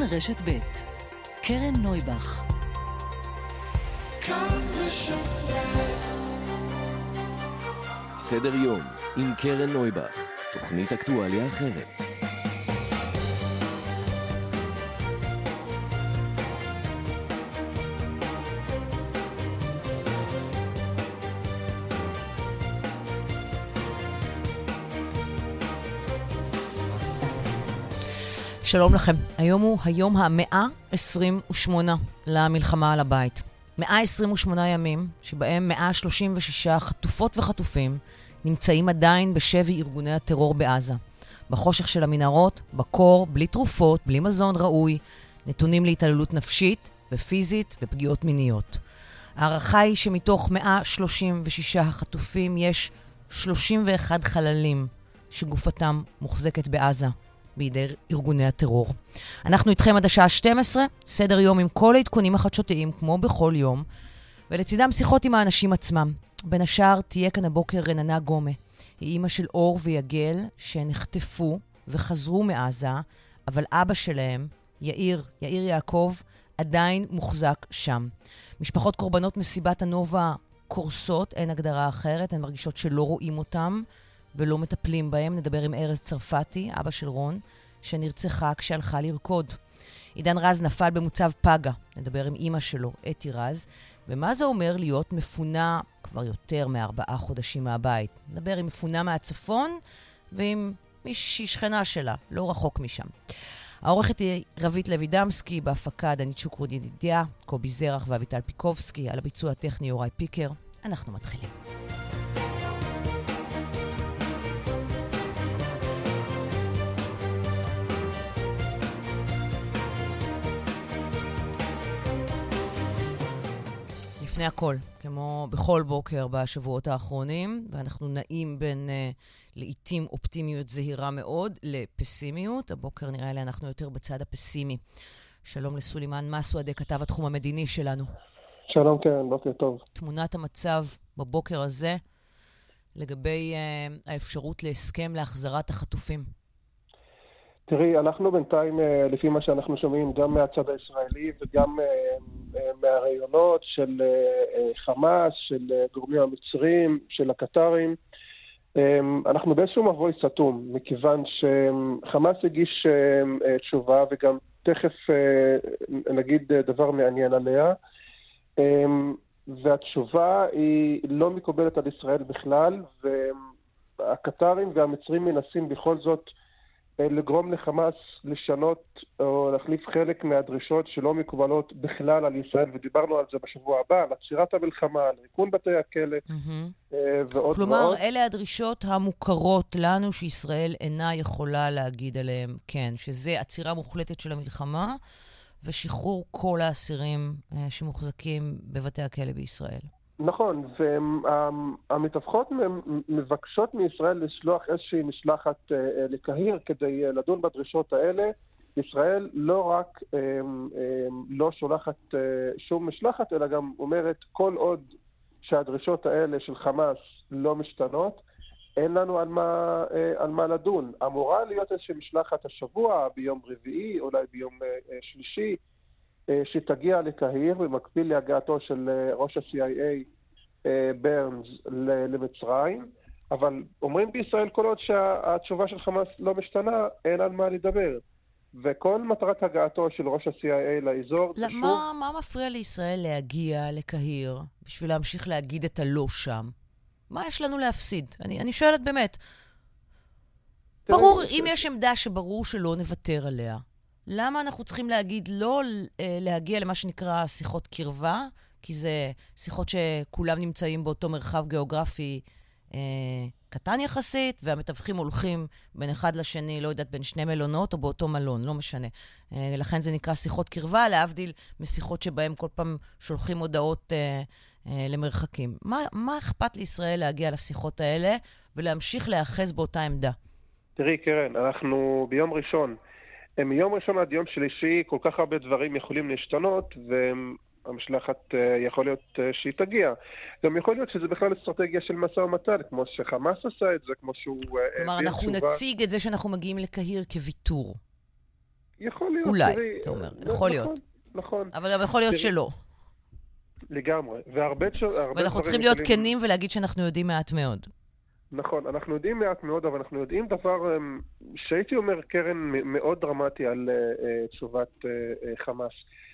רשת ב' קרן נויבך. כאן רשת ב'. סדר יום עם קרן נויבך, תוכנית אקטואליה אחרת. שלום לכם. היום הוא היום ה-128 למלחמה על הבית. 128 ימים שבהם 136 חטופות וחטופים נמצאים עדיין בשבי ארגוני הטרור בעזה. בחושך של המנהרות, בקור, בלי תרופות, בלי מזון ראוי, נתונים להתעללות נפשית ופיזית ופגיעות מיניות. הערכה היא שמתוך 136 החטופים יש 31 חללים שגופתם מוחזקת בעזה. בידי ארגוני הטרור. אנחנו איתכם עד השעה 12, סדר יום עם כל העדכונים החדשותיים, כמו בכל יום, ולצידם שיחות עם האנשים עצמם. בין השאר תהיה כאן הבוקר רננה גומה. היא אימא של אור ויגל, שנחטפו וחזרו מעזה, אבל אבא שלהם, יאיר יעקב, עדיין מוחזק שם. משפחות קורבנות מסיבת הנובה קורסות, אין הגדרה אחרת, הן מרגישות שלא רואים אותם, ולא מטפלים בהם. נדבר עם ארז צרפתי, אבא של רון, שנרצחה כשהלכה לרקוד. עידן רז נפל במוצב פגה. נדבר עם אמא שלו, אתי רז, ומה זה אומר להיות מפונה כבר יותר מ4 חודשים מהבית. נדבר עם מפונה מהצפון, ועם מישהי שכנה שלה, לא רחוק משם. העורכת היא רבית לוי דמסקי, בהפקה דנית שוקרוד ידידיה, קובי זרח ואביטל פיקובסקי, על הביצוע הטכני יוראי פיקר. אנחנו מתחילים. לפני הכל, כמו בכל בוקר בשבועות האחרונים, ואנחנו נעים בין לעתים אופטימיות זהירה מאוד לפסימיות. הבוקר נראה לי אנחנו יותר בצד הפסימי. שלום לסולימן מסוודה, כתב התחום המדיני שלנו. שלום כן, בוקר טוב. תמונת המצב בבוקר הזה לגבי האפשרות להסכם להחזרת החטופים. תראי, אנחנו בינתיים, לפי מה שאנחנו שומעים, גם מהצד הישראלי וגם מהרעיונות של חמאס, של גורמים המצרים, של הקטרים, אנחנו באיזשהו מבוי סתום, מכיוון שחמאס הגיש תשובה, וגם תכף נגיד דבר מעניין עליה, והתשובה היא לא מקובלת על ישראל בכלל, והקטרים והמצרים מנסים בכל זאת לגרום לחמאס לשנות או להחליף חלק מהדרישות שלא מקובלות בכלל על ישראל, ודיברנו על זה בשבוע הבא, על עצירת המלחמה, על ריקון בתי הכלא ועוד. כלומר, אלה הדרישות המוכרות לנו שישראל אינה יכולה להגיד עליהם כן, שזה עצירה מוחלטת של המלחמה ושחרור כל האסירים שמוחזקים בבתי הכלא בישראל. נכון, והמתווכות מבקשות מישראל לשלוח איזושהי משלחת לקהיר כדי לדון בדרישות האלה. ישראל לא רק לא שולחת שום משלחת, אלא גם אומרת כל עוד שהדרישות האלה של חמאס לא משתנות, אין לנו על מה לדון. אמורה להיות איזושהי משלחת השבוע, ביום רביעי, אולי ביום שלישי, שתגיע לקהיר במקביל להגעתו של ראש ה-CIA ברנס למצרים, אבל אומרים בישראל כל עוד שהתשובה של חמאס לא משתנה, אין על מה לדבר. וכל מטרת הגעתו של ראש ה-CIA לאזור... מה מפריע לישראל להגיע לקהיר בשביל להמשיך להגיד את הלא שם? מה יש לנו להפסיד? אני שואלת באמת. ברור, אם יש עמדה שברור שלא נוותר עליה, למה אנחנו צריכים להגיד לא להגיע למה שנקרא שיחות קרבה? כי זה שיחות שכולם נמצאים באותו מרחב גיאוגרפי קטן יחסית, והמתווכים הולכים בין אחד לשני, לא יודעת, בין שני מלונות או באותו מלון, לא משנה. לכן זה נקרא שיחות קרבה, להבדיל משיחות שבהם כל פעם שולחים הודעות למרחקים. מה אכפת לישראל להגיע לשיחות האלה ולהמשיך להאחז באותה עמדה? תראי קרן, אנחנו ביום ראשון, מיום ראשון עד יום שלישי כל כך הרבה דברים יכולים להשתנות, והמשלחת יכול להיות שהיא תגיע. גם יכול להיות שזה בכלל אסטרטגיה של משא ומתן, כמו שחמאס עשה את זה, כמו שהוא... כלומר, אנחנו נציג את זה שאנחנו מגיעים לקהיר כוויתור. יכול להיות. אולי, אתה אומר, יכול להיות. נכון. אבל גם יכול להיות שלא. לגמרי. ואנחנו צריכים להיות כנים ולהגיד שאנחנו יודעים מעט מאוד. נכון, אנחנו יודעים מעט מאוד, אבל אנחנו יודעים דבר שהייתי אומר, קרן, מאוד דרמטי על תשובת חמאס.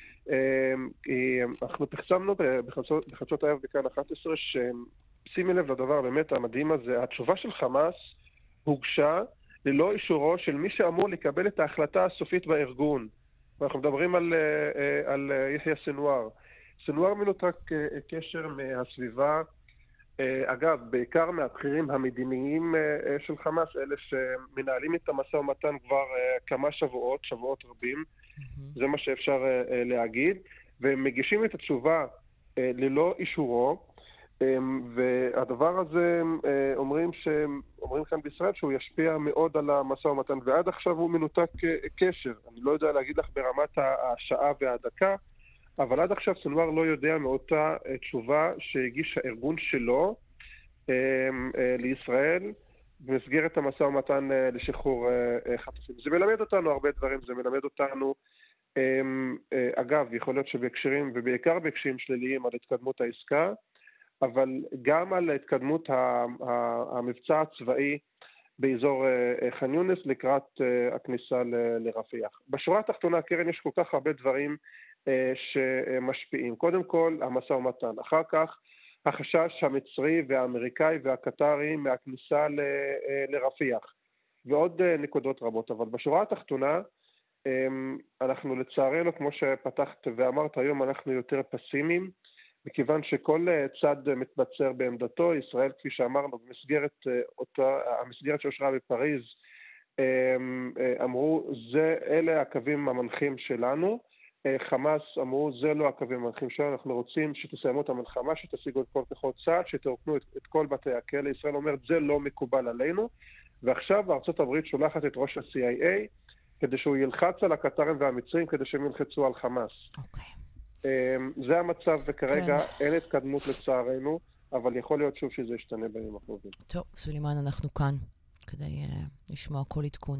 אנחנו פרסמנו בחדשות הערב בכאן 11, שימי לב לדבר באמת המדהים הזה, התשובה של חמאס הוגשה ללא אישורו של מי שאמור לקבל את ההחלטה הסופית בארגון. אנחנו מדברים על יחיא סנואר. סנואר מנותק קשר מהסביבה, אגב, בעיקר מהבחירים המדיניים של חמאס, אלה שמנהלים את המשא ומתן כבר כמה שבועות רבים, זה מה שאפשר להגיד, והם מגישים את התשובה ללא אישורו, והדבר הזה אומרים כאן בישראל שהוא ישפיע מאוד על המשא ומתן, ועד עכשיו הוא מנותק קשר. אני לא יודע להגיד לך ברמת השעה והדקה, אבל עד עכשיו סנואר לא יודע מאותה תשובה שהגיש הארגון שלו לישראל במסגרת המשא ומתן לשחרור חטופים. זה מלמד אותנו הרבה דברים, זה מלמד אותנו, אגב, יכול להיות שבהקשרים, ובעיקר בהקשרים שליליים על התקדמות העסקה, אבל גם על התקדמות המבצע הצבאי באזור ח'אן יונס לקראת הכניסה לרפיח. בשורה התחתונה, קרן, יש כל כך הרבה דברים שמשפיעים. קודם כל, המשא ומתן. אחר כך, החשש המצרי והאמריקאי והקטרי מהכניסה לרפיח. ועוד נקודות רבות. אבל בשורה התחתונה, אנחנו לצערנו, כמו שפתחת ואמרת היום, אנחנו יותר פסימיים, מכיוון שכל צד מתבצר בעמדתו. ישראל, כפי שאמרנו, במסגרת המסגרת שאושרה בפריז, אמרו, אלה הקווים המנחים שלנו. חמאס אמרו, זה לא הקווים המנחים שלנו, אנחנו רוצים שתסיימו את המלחמה, שתשיגו את כל כוחות צה"ל, שתרוקנו את כל בתי הכלא. ישראל אומרת, זה לא מקובל עלינו, ועכשיו ארצות הברית שולחת את ראש ה-CIA, כדי שהוא ילחץ על הקטרים והמצרים, כדי שהם ילחצו על חמאס. זה המצב, וכרגע אין התקדמות לצערנו, אבל יכול להיות שוב שזה ישתנה בימים הקרובים. טוב, סולימן, אנחנו כאן, כדי לשמוע כל עדכון.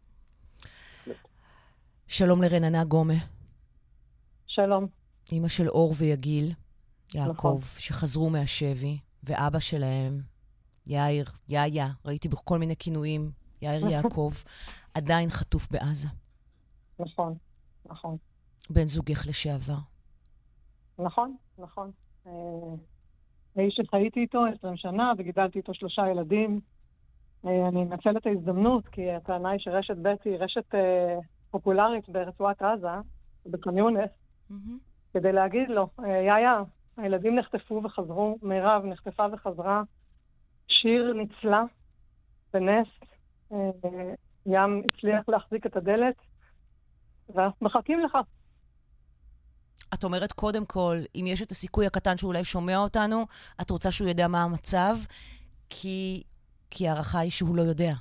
שלום לרננה גומה. שלום. אמא של אור ויגיל, יעקב, נכון. שחזרו מהשבי, ואבא שלהם, יאיה, ראיתי בכל מיני כינויים, יאיר יעקב, עדיין חטוף בעזה. נכון, נכון. בן זוגך לשעבר. נכון. האיש שחייתי איתו 20 שנה וגידלתי איתו 3 ילדים. אני אנצל את ההזדמנות, כי הטענה היא שרשת ב' היא רשת פופולרית ברצועת עזה, בח'אן יונס, כדי להגיד לו, יאיה, הילדים נחטפו וחזרו, מירב נחטפה וחזרה, שיר ניצלה בנס, ים הצליח להחזיק את הדלת, ואנחנו מחכים לך. את אומרת קודם כל, אם יש את הסיכוי הקטן שאולי שומע אותנו, את רוצה שהוא ידע מה המצב, כי הערכה היא שהוא לא יודע.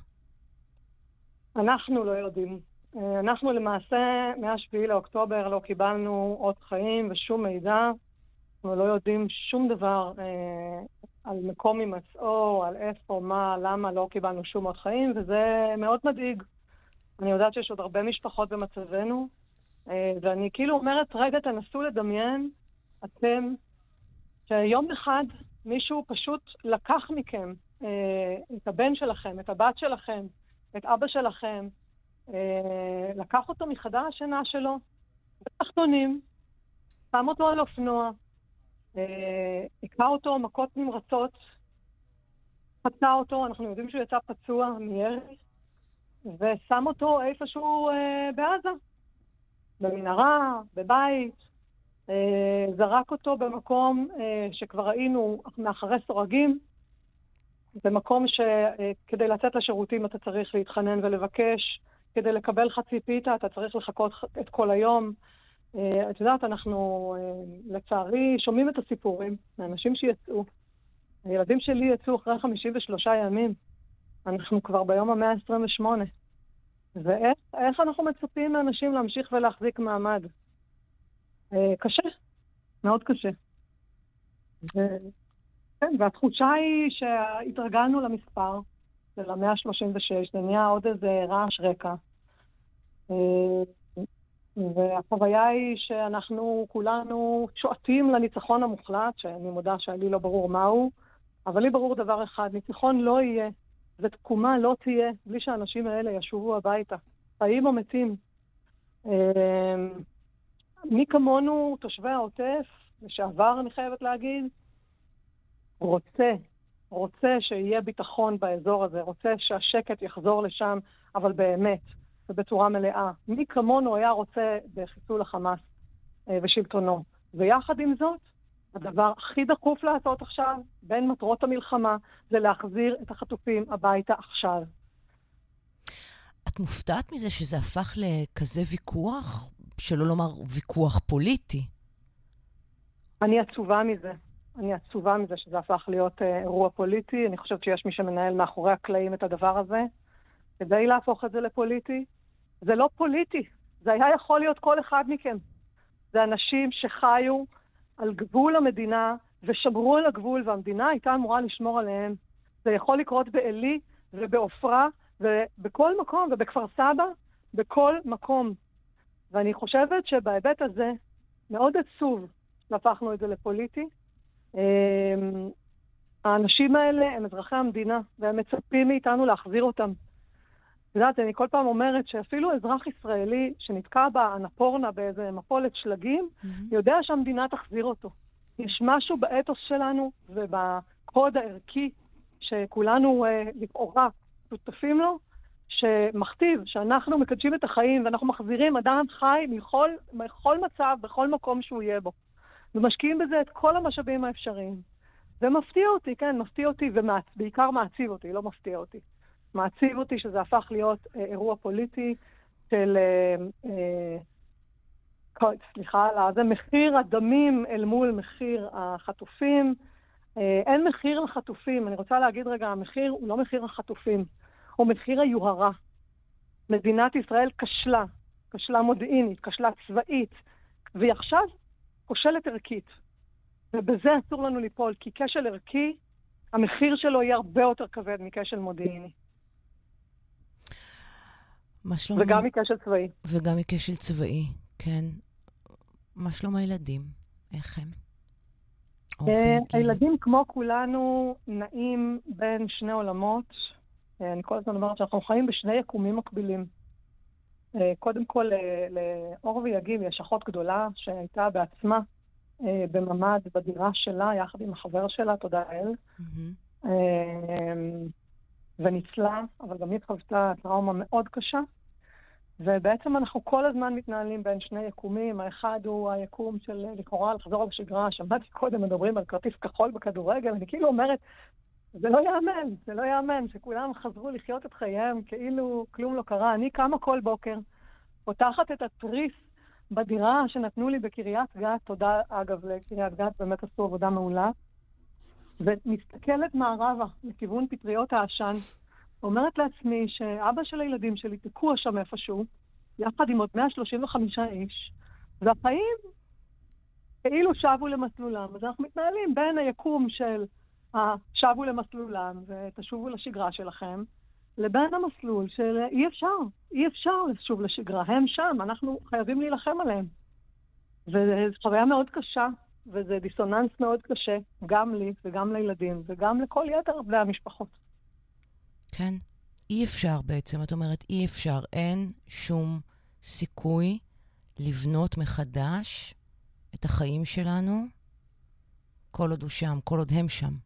אנחנו לא יודעים. אנחנו למעשה, מה-7 לאוקטובר לא קיבלנו עוד חיים ושום מידע. אנחנו לא יודעים שום דבר על מקום הימצאו, על איפה, מה, למה לא קיבלנו שום עוד חיים, וזה מאוד מדאיג. אני יודעת שיש עוד הרבה משפחות במצבנו, ואני כאילו אומרת, רגע, תנסו לדמיין, אתם, שיום אחד מישהו פשוט לקח מכם את הבן שלכם, את הבת שלכם, את אבא שלכם, לקח אותו מחדר השינה שלו, בתחתונים, שם אותו על אופנוע, הקע אותו מכות נמרצות, פצע אותו, אנחנו יודעים שהוא יצא פצוע מירי, ושם אותו איפשהו בעזה, במנהרה, בבית, זרק אותו במקום שכבר ראינו מאחורי סורגים, במקום שכדי לצאת לשירותים אתה צריך להתחנן ולבקש, כדי לקבל חצי פיתה אתה צריך לחכות את כל היום. את יודעת, אנחנו לצערי שומעים את הסיפורים מאנשים שיצאו. הילדים שלי יצאו אחרי 53 ימים. אנחנו כבר ביום ה-128. ואיך אנחנו מצפים מאנשים להמשיך ולהחזיק מעמד? קשה, מאוד קשה. כן, והתחושה היא שהתרגלנו למספר של ה-136, זה נהיה עוד איזה רעש רקע. והחוויה היא שאנחנו כולנו שואטים לניצחון המוחלט, שאני מודה שלי לא ברור מהו, אבל לי ברור דבר אחד, ניצחון לא יהיה, ותקומה לא תהיה, בלי שהאנשים האלה ישובו הביתה, חיים או מתים. מי כמונו, תושבי העוטף, לשעבר אני חייבת להגיד, רוצה שיהיה ביטחון באזור הזה, רוצה שהשקט יחזור לשם, אבל באמת, ובצורה מלאה. מי כמונו היה רוצה בחיסול החמאס ושלטונו. ויחד עם זאת, הדבר הכי דחוף לעשות עכשיו, בין מטרות המלחמה, זה להחזיר את החטופים הביתה עכשיו. את מופתעת מזה שזה הפך לכזה ויכוח, שלא לומר ויכוח פוליטי? אני עצובה מזה שזה הפך להיות אירוע פוליטי. אני חושבת שיש מי שמנהל מאחורי הקלעים את הדבר הזה. כדי להפוך את זה לפוליטי, זה לא פוליטי. זה היה יכול להיות כל אחד מכם. זה אנשים שחיו על גבול המדינה ושמרו על הגבול, והמדינה הייתה אמורה לשמור עליהם. זה יכול לקרות באלי ובאופרה ובכל מקום, ובכפר סבא, בכל מקום. ואני חושבת שבהיבט הזה מאוד עצוב שהפכנו את זה לפוליטי. האנשים האלה הם אזרחי המדינה, והם מצפים מאיתנו להחזיר אותם. יודעת, אני כל פעם אומרת שאפילו אזרח ישראלי שנתקע באנפורנה באיזה מפולת שלגים, יודע שהמדינה תחזיר אותו. יש משהו באתוס שלנו ובקוד הערכי שכולנו לכאורה שותפים לו, שמכתיב שאנחנו מקדשים את החיים ואנחנו מחזירים אדם חי מכל מצב, בכל מקום שהוא יהיה בו. ומשקיעים בזה את כל המשאבים האפשריים. זה מפתיע אותי, כן, מפתיע אותי, ובעיקר מעציב אותי, לא מפתיע אותי. מעציב אותי שזה הפך להיות אירוע פוליטי של, זה מחיר הדמים אל מול מחיר החטופים. אין מחיר לחטופים, אני רוצה להגיד רגע, המחיר הוא לא מחיר החטופים, הוא מחיר היוהרה. מדינת ישראל כשלה מודיעינית, כשלה צבאית, והיא עכשיו כושלת ערכית. ובזה אסור לנו ליפול, כי כשל ערכי, המחיר שלו יהיה הרבה יותר כבד מכשל מודיעיני. וגם מכשל צבאי. וגם מכשל צבאי, כן. מה שלום הילדים? איך הם? הילדים כמו כולנו נעים בין שני עולמות. אני כל הזמן אומרת שאנחנו חיים בשני יקומים מקבילים. קודם כל, לאור ויגיל יש אחות גדולה שהייתה בעצמה בממד בדירה שלה, יחד עם החבר שלה, תודה אל. וניצלה, אבל גם היא חוותה טראומה מאוד קשה. ובעצם אנחנו כל הזמן מתנהלים בין שני יקומים. האחד הוא היקום של לכאורה לחזור לשגרה. שמעתי קודם מדברים על כרטיס כחול בכדורגל. אני כאילו אומרת, זה לא יאמן שכולם חזרו לחיות את חייהם כאילו כלום לא קרה. אני קמה כל בוקר, פותחת את התריס בדירה שנתנו לי בקריית גת, תודה אגב לקריית גת, באמת עשו עבודה מעולה, ומסתכלת מערבה לכיוון פטריות העשן, אומרת לעצמי שאבא של הילדים שלי תקוע שם איפשהו, יחד עם עוד 135 איש, והחיים כאילו שבו למסלולם. אז אנחנו מתנהלים בין היקום של שבו למסלולם ותשובו לשגרה שלכם, לבין המסלול של אי אפשר לשוב לשגרה. הם שם, אנחנו חייבים להילחם עליהם. וזו חוויה מאוד קשה, וזה דיסוננס מאוד קשה, גם לי וגם לילדים, וגם לכל יתר בני המשפחות. כן, אי אפשר בעצם, את אומרת אי אפשר, אין שום סיכוי לבנות מחדש את החיים שלנו, כל עוד הוא שם, כל עוד הם שם.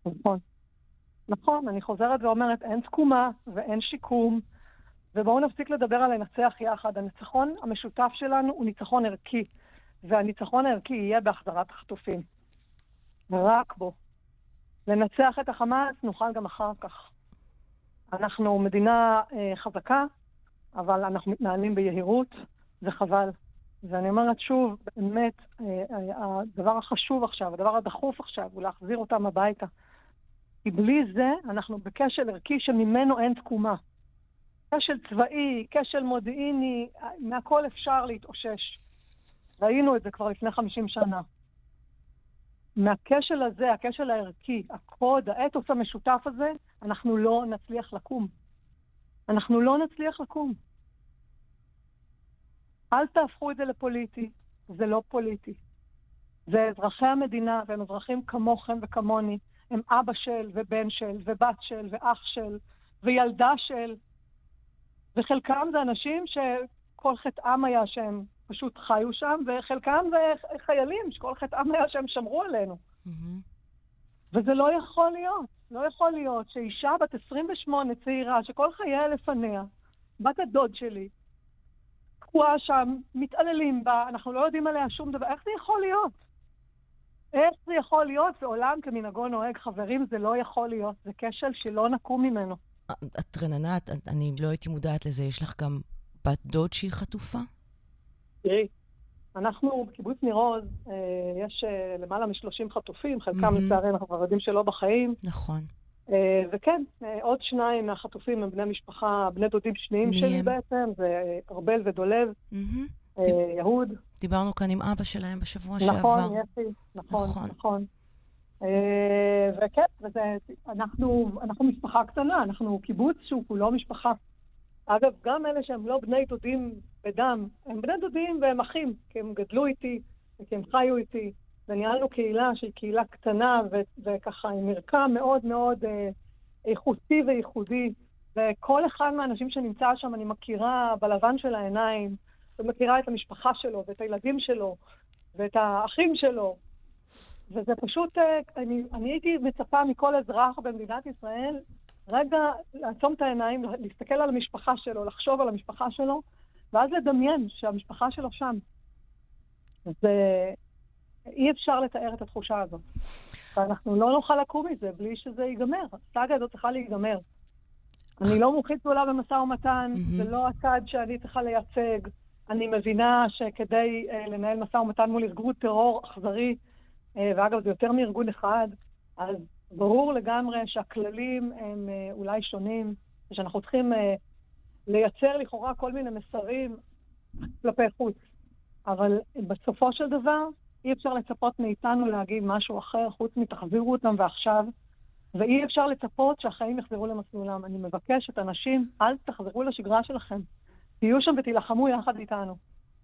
נכון, אני חוזרת ואומרת, אין תקומה ואין שיקום, ובואו נפסיק לדבר על לנצח יחד. הניצחון המשותף שלנו הוא ניצחון ערכי, והניצחון הערכי יהיה בהחזרת החטופים. ורק בו. לנצח את החמאס נוכל גם אחר כך. אנחנו מדינה חזקה, אבל אנחנו מתנהלים ביהירות, וחבל. ואני אומרת שוב, באמת, הדבר החשוב עכשיו, הדבר הדחוף עכשיו, הוא להחזיר אותם הביתה. כי בלי זה אנחנו בכשל ערכי שממנו אין תקומה. כשל צבאי, כשל מודיעיני, מהכל אפשר להתאושש. ראינו את זה כבר לפני 50 שנה. מהכשל הזה, הכשל הערכי, הקוד, האתוס המשותף הזה, אנחנו לא נצליח לקום. אנחנו לא נצליח לקום. אל תהפכו את זה לפוליטי. זה לא פוליטי. זה אזרחי המדינה, והם אזרחים כמוכם וכמוני. הם אבא של, ובן של, ובת של, ואח של, וילדה של. וחלקם זה אנשים שכל חטאם היה שהם פשוט חיו שם, וחלקם זה חיילים שכל חטאם היה שהם שמרו עלינו. וזה לא יכול להיות. לא יכול להיות שאישה בת 28 צעירה, שכל חייה לפניה, בת הדוד שלי, קרואה שם, מתעללים בה, אנחנו לא יודעים עליה שום דבר. איך זה יכול להיות? איך זה יכול להיות? ועולם כמנהגו נוהג, חברים, זה לא יכול להיות. זה כשל שלא נקום ממנו. את רננה, אני לא הייתי מודעת לזה. יש לך גם בת דוד שהיא חטופה? תראי, אנחנו בקיבוץ ניר עוז, יש למעלה מ-30 חטופים, חלקם לצערנו אנחנו כבר יודעים שלא בחיים. נכון. וכן, עוד 2 מהחטופים הם בני משפחה, בני דודים שניים שלי בעצם, זה ארבל ודולב, יהוד. דיברנו כאן עם אבא שלהם בשבוע שעבר. נכון, יפי, נכון. וכן, אנחנו משפחה קטנה, אנחנו קיבוץ שהוא כולו משפחה. אגב, גם אלה שהם לא בני דודים בדם, הם בני דודים והם אחים, כי הם גדלו איתי, כי הם חיו איתי. וניהלנו קהילה שהיא קהילה קטנה, וככה עם מרקם מאוד מאוד איכותי וייחודי. וכל אחד מהאנשים שנמצא שם אני מכירה בלבן של העיניים, ומכירה את המשפחה שלו, ואת הילדים שלו, ואת האחים שלו. וזה פשוט, אני הייתי מצפה מכל אזרח במדינת ישראל, רגע לעצום את העיניים, להסתכל על המשפחה שלו, לחשוב על המשפחה שלו, ואז לדמיין שהמשפחה שלו שם. אי אפשר לתאר את התחושה הזאת. ואנחנו לא נוכל לקום מזה בלי שזה ייגמר. הסאגה הזאת צריכה להיגמר. אני לא מומחית פעולה במשא ומתן, זה לא הצד שאני צריכה לייצג. אני מבינה שכדי לנהל משא ומתן מול ארגון טרור אכזרי, ואגב זה יותר מארגון אחד, אז ברור לגמרי שהכללים הם אולי שונים, ושאנחנו צריכים לייצר לכאורה כל מיני מסרים כלפי חוץ. אבל בסופו של דבר, אי אפשר לצפות מאיתנו להגיד משהו אחר, חוץ מתחזירו אותם ועכשיו, ואי אפשר לצפות שהחיים יחזרו למסלולם. אני מבקשת, אנשים, אל תחזרו לשגרה שלכם. תהיו שם ותילחמו יחד איתנו.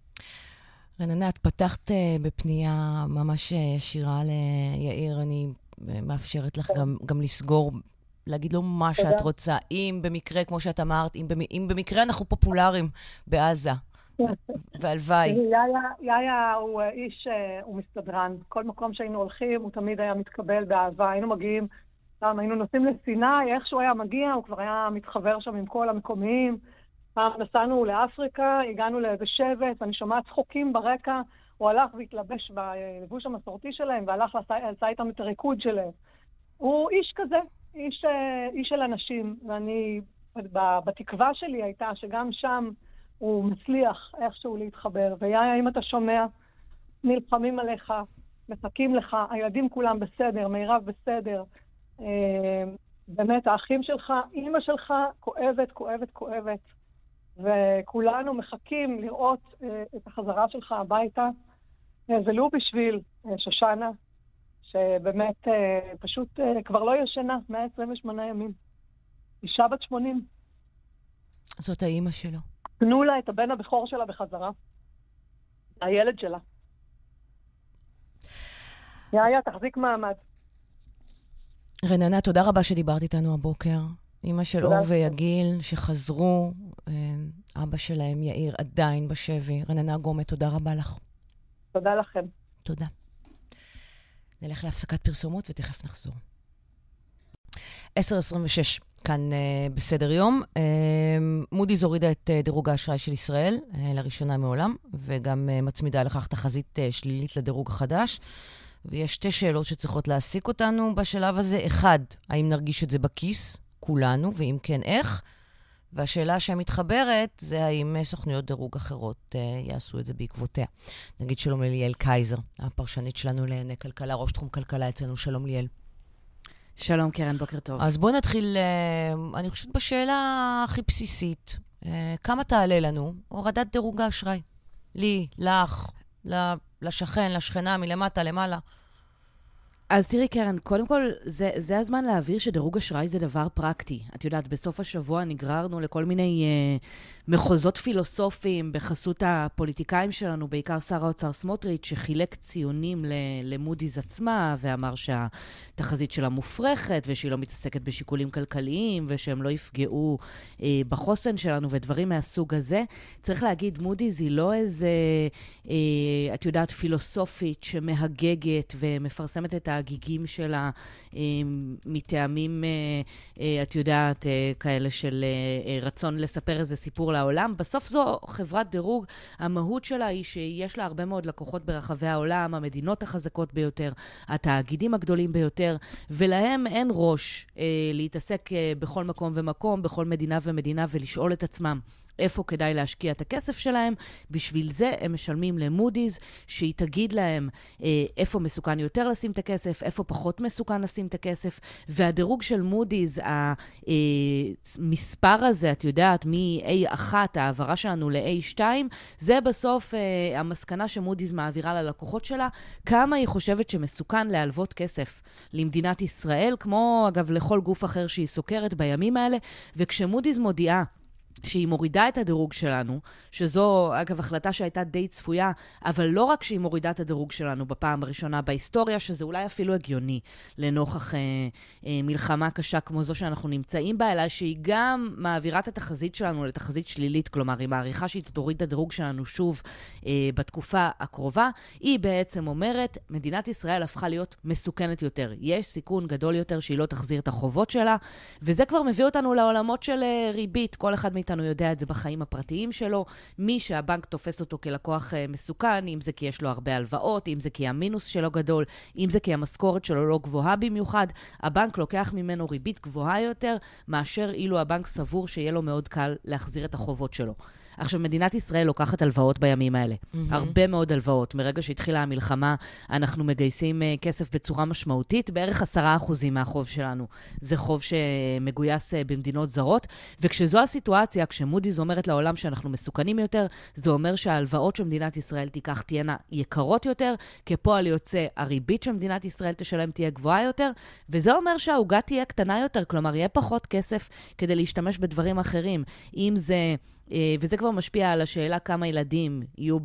רננה, את פתחת בפנייה ממש ישירה ליאיר, אני מאפשרת לך גם לסגור, להגיד לו מה שאת רוצה, אם במקרה, כמו שאת אמרת, אם במקרה אנחנו פופולריים בעזה. והלוואי. יאיה הוא איש, הוא מסתדרן. כל מקום שהיינו הולכים, הוא תמיד היה מתקבל באהבה. היינו מגיעים, היינו נוסעים לסיני, איך שהוא היה מגיע, הוא כבר היה מתחבר שם עם כל המקומיים. פעם נסענו לאפריקה, הגענו לאיזה שבט, ואני שומעת צחוקים ברקע, הוא הלך והתלבש בלבוש המסורתי שלהם, והלך לעשה איתם את הריקוד שלהם. הוא איש כזה, איש של אנשים, ואני, בתקווה שלי הייתה שגם שם, הוא מצליח איכשהו להתחבר. ויאיה, אם אתה שומע, נלחמים עליך, מחכים לך, הילדים כולם בסדר, מירב בסדר. באמת, האחים שלך, אמא שלך, כואבת. וכולנו מחכים לראות את החזרה שלך הביתה. ולו בשביל שושנה, שבאמת פשוט כבר לא ישנה, 128 ימים. אישה בת 80. זאת האמא שלו. תנו לה את הבן הבכור שלה בחזרה. הילד שלה. יאיה, תחזיק מעמד. רננה, תודה רבה שדיברת איתנו הבוקר. אמא של אור ויגיל שחזרו, אבא שלהם יאיר עדיין בשבי. רננה גומא, תודה רבה לך. תודה לכם. תודה. נלך להפסקת פרסומות ותכף נחזור. 10:26 כאן בסדר יום. מודי'ס הורידה את דירוג האשראי של ישראל לראשונה מעולם, וגם מצמידה לכך תחזית שלילית לדירוג החדש. ויש 2 שאלות שצריכות להעסיק אותנו בשלב הזה. 1, האם נרגיש את זה בכיס, כולנו, ואם כן, איך? והשאלה שמתחברת זה האם סוכנויות דירוג אחרות יעשו את זה בעקבותיה. נגיד שלום ליאל קייזר, הפרשנית שלנו לענייני כלכלה, ראש תחום כלכלה אצלנו. שלום ליאל. שלום קרן, בוקר טוב. אז בואו נתחיל, אני חושבת בשאלה הכי בסיסית. כמה תעלה לנו הורדת דירוג האשראי? לי, לך, לשכן, לשכנה, מלמטה, למעלה. אז תראי, קרן, קודם כל, זה הזמן להעביר שדירוג אשראי זה דבר פרקטי. את יודעת, בסוף השבוע נגררנו לכל מיני מחוזות פילוסופיים בחסות הפוליטיקאים שלנו, בעיקר שר האוצר סמוטריץ', שחילק ציונים למודי'ס עצמה, ואמר שהתחזית שלה מופרכת, ושהיא לא מתעסקת בשיקולים כלכליים, ושהם לא יפגעו בחוסן שלנו, ודברים מהסוג הזה. צריך להגיד, מודי'ס היא לא איזה, את יודעת, פילוסופית שמהגגת ומפרסמת את הגיגים שלה מטעמים, את יודעת, כאלה של רצון לספר איזה סיפור לעולם. בסוף זו חברת דירוג, המהות שלה היא שיש לה הרבה מאוד לקוחות ברחבי העולם, המדינות החזקות ביותר, התאגידים הגדולים ביותר, ולהם אין ראש להתעסק בכל מקום ומקום, בכל מדינה ומדינה, ולשאול את עצמם איפה כדאי להשקיע את הכסף שלהם. בשביל זה הם משלמים למודי'ס, שהיא תגיד להם איפה מסוכן יותר לשים את הכסף, איפה פחות מסוכן לשים את הכסף, והדירוג של מודי'ס, המספר הזה, את יודעת, מ-A1, העברה שלנו ל-A2, זה בסוף המסקנה שמודי'ס מעבירה ללקוחות שלה, כמה היא חושבת שמסוכן להלוות כסף למדינת ישראל, כמו אגב לכל גוף אחר שהיא סוקרת בימים האלה, וכשמודי'ס מודיעה שהיא מורידה את הדירוג שלנו, שזו, אגב, החלטה שהייתה די צפויה, אבל לא רק שהיא מורידה את הדירוג שלנו בפעם הראשונה בהיסטוריה, שזה אולי אפילו הגיוני לנוכח מלחמה קשה כמו זו שאנחנו נמצאים בה, אלא שהיא גם מעבירה את התחזית שלנו לתחזית שלילית, כלומר, היא מעריכה שהיא תוריד את הדירוג שלנו שוב בתקופה הקרובה. היא בעצם אומרת, מדינת ישראל הפכה להיות מסוכנת יותר. יש סיכון גדול יותר שהיא לא תחזיר את החובות שלה, וזה כבר מביא אותנו לעולמות של ריבית. כל אחד מאיתנו יודע את זה בחיים הפרטיים שלו, מי שהבנק תופס אותו כלקוח מסוכן, אם זה כי יש לו הרבה הלוואות, אם זה כי המינוס שלו גדול, אם זה כי המשכורת שלו לא גבוהה במיוחד, הבנק לוקח ממנו ריבית גבוהה יותר, מאשר אילו הבנק סבור שיהיה לו מאוד קל להחזיר את החובות שלו. עכשיו, מדינת ישראל לוקחת הלוואות בימים האלה. הרבה מאוד הלוואות. מרגע שהתחילה המלחמה, אנחנו מגייסים כסף בצורה משמעותית, בערך 10% מהחוב שלנו. זה חוב שמגויס במדינות זרות, וכשזו הסיטואציה, כשמודי'ס אומרת לעולם שאנחנו מסוכנים יותר, זה אומר שההלוואות שמדינת ישראל תיקח תהיינה יקרות יותר, כפועל יוצא הריבית שמדינת ישראל תשלם תהיה גבוהה יותר, וזה אומר שהעוגה תהיה קטנה יותר, כלומר, יהיה פחות כסף כדי להשתמש בדברים אחרים. אם זה וזה כבר משפיע על השאלה כמה ילדים יהיו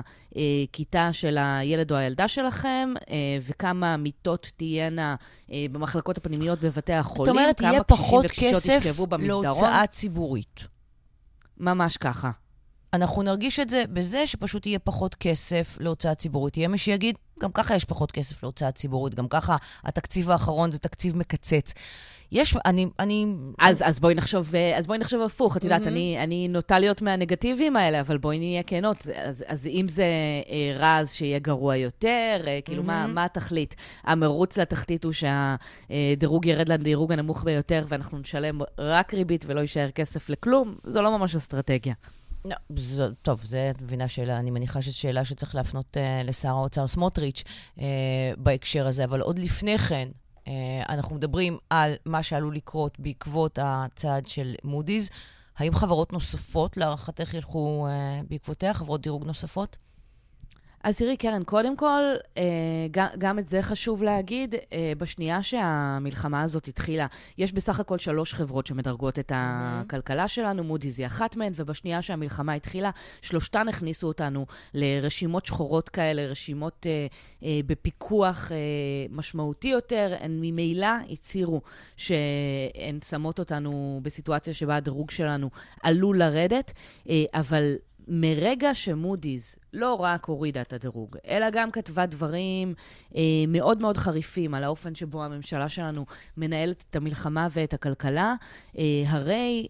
בכיתה של הילד או הילדה שלכם, וכמה מיטות תהיינה במחלקות הפנימיות בבתי החולים. זאת אומרת, יהיה פחות כסף להוצאה ציבורית. ממש ככה. אנחנו נרגיש את זה בזה שפשוט יהיה פחות כסף להוצאה ציבורית. יהיה מי שיגיד, גם ככה יש פחות כסף להוצאה ציבורית, גם ככה התקציב האחרון זה תקציב מקצץ. יש, אז בואי נחשוב הפוך. את יודעת, אני נוטה להיות מהנגטיביים האלה, אבל בואי נהיה כנות. אז אם זה רז שיהיה גרוע יותר, כאילו מה התכלית? המרוץ לתחתית הוא שהדירוג ירד לדירוג הנמוך ביותר, ואנחנו נשלם רק ריבית ולא יישאר כסף לכלום. זו לא ממש אסטרטגיה. לא, טוב, זה מבינה שאלה, אני מניחה שזו שאלה שצריך להפנות לשר האוצר סמוטריץ' בהקשר הזה, אבל עוד לפני כן, אנחנו מדברים על מה שעלול לקרות בעקבות הצעד של מודי'ס. האם חברות נוספות להערכתך ילכו בעקבותיה, חברות דירוג נוספות? אז תראי, קרן, קודם כל, גם את זה חשוב להגיד, בשנייה שהמלחמה הזאת התחילה, יש בסך הכל 3 חברות שמדרגות את הכלכלה שלנו, מודי'ס היא אחת מהן, ובשנייה שהמלחמה התחילה, 3 הכניסו אותנו לרשימות שחורות כאלה, רשימות בפיקוח משמעותי יותר, הן ממילא הצהירו שהן שמות אותנו בסיטואציה שבה הדירוג שלנו עלול לרדת, אבל מרגע שמודי'ס לא רק הורידה את הדירוג, אלא גם כתבה דברים מאוד מאוד חריפים על האופן שבו הממשלה שלנו מנהלת את המלחמה ואת הכלכלה, הרי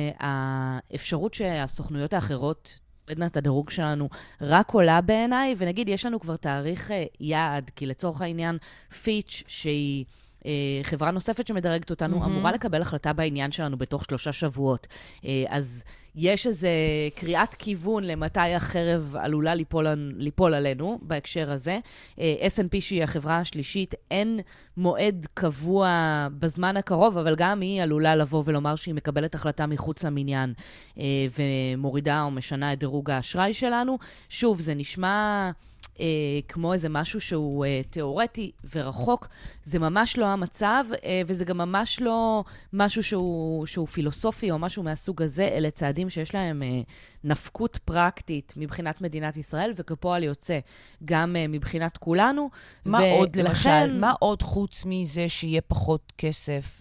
שהאפשרות שהסוכנויות האחרות תורדנה את הדירוג שלנו רק עולה בעיניי, ונגיד יש לנו כבר תאריך יעד, כי לצורך העניין פיץ' שהיא חברה נוספת שמדרגת אותנו, אמורה לקבל החלטה בעניין שלנו בתוך 3 שבועות. אז יש איזו קריאת כיוון למתי החרב עלולה ליפול עלינו בהקשר הזה. S&P שהיא החברה השלישית, אין מועד קבוע בזמן הקרוב, אבל גם היא עלולה לבוא ולומר שהיא מקבלת החלטה מחוץ למניין, ומורידה או משנה את דירוג האשראי שלנו. שוב, זה נשמע כמו איזה משהו שהוא תיאורטי ורחוק. זה ממש לא המצב, וזה גם ממש לא משהו שהוא פילוסופי או משהו מהסוג הזה, אלה צעדים שיש להם נפקות פרקטית מבחינת מדינת ישראל, וכפועל יוצא גם מבחינת כולנו. מה עוד למשל? מה עוד חוץ מזה שיהיה פחות כסף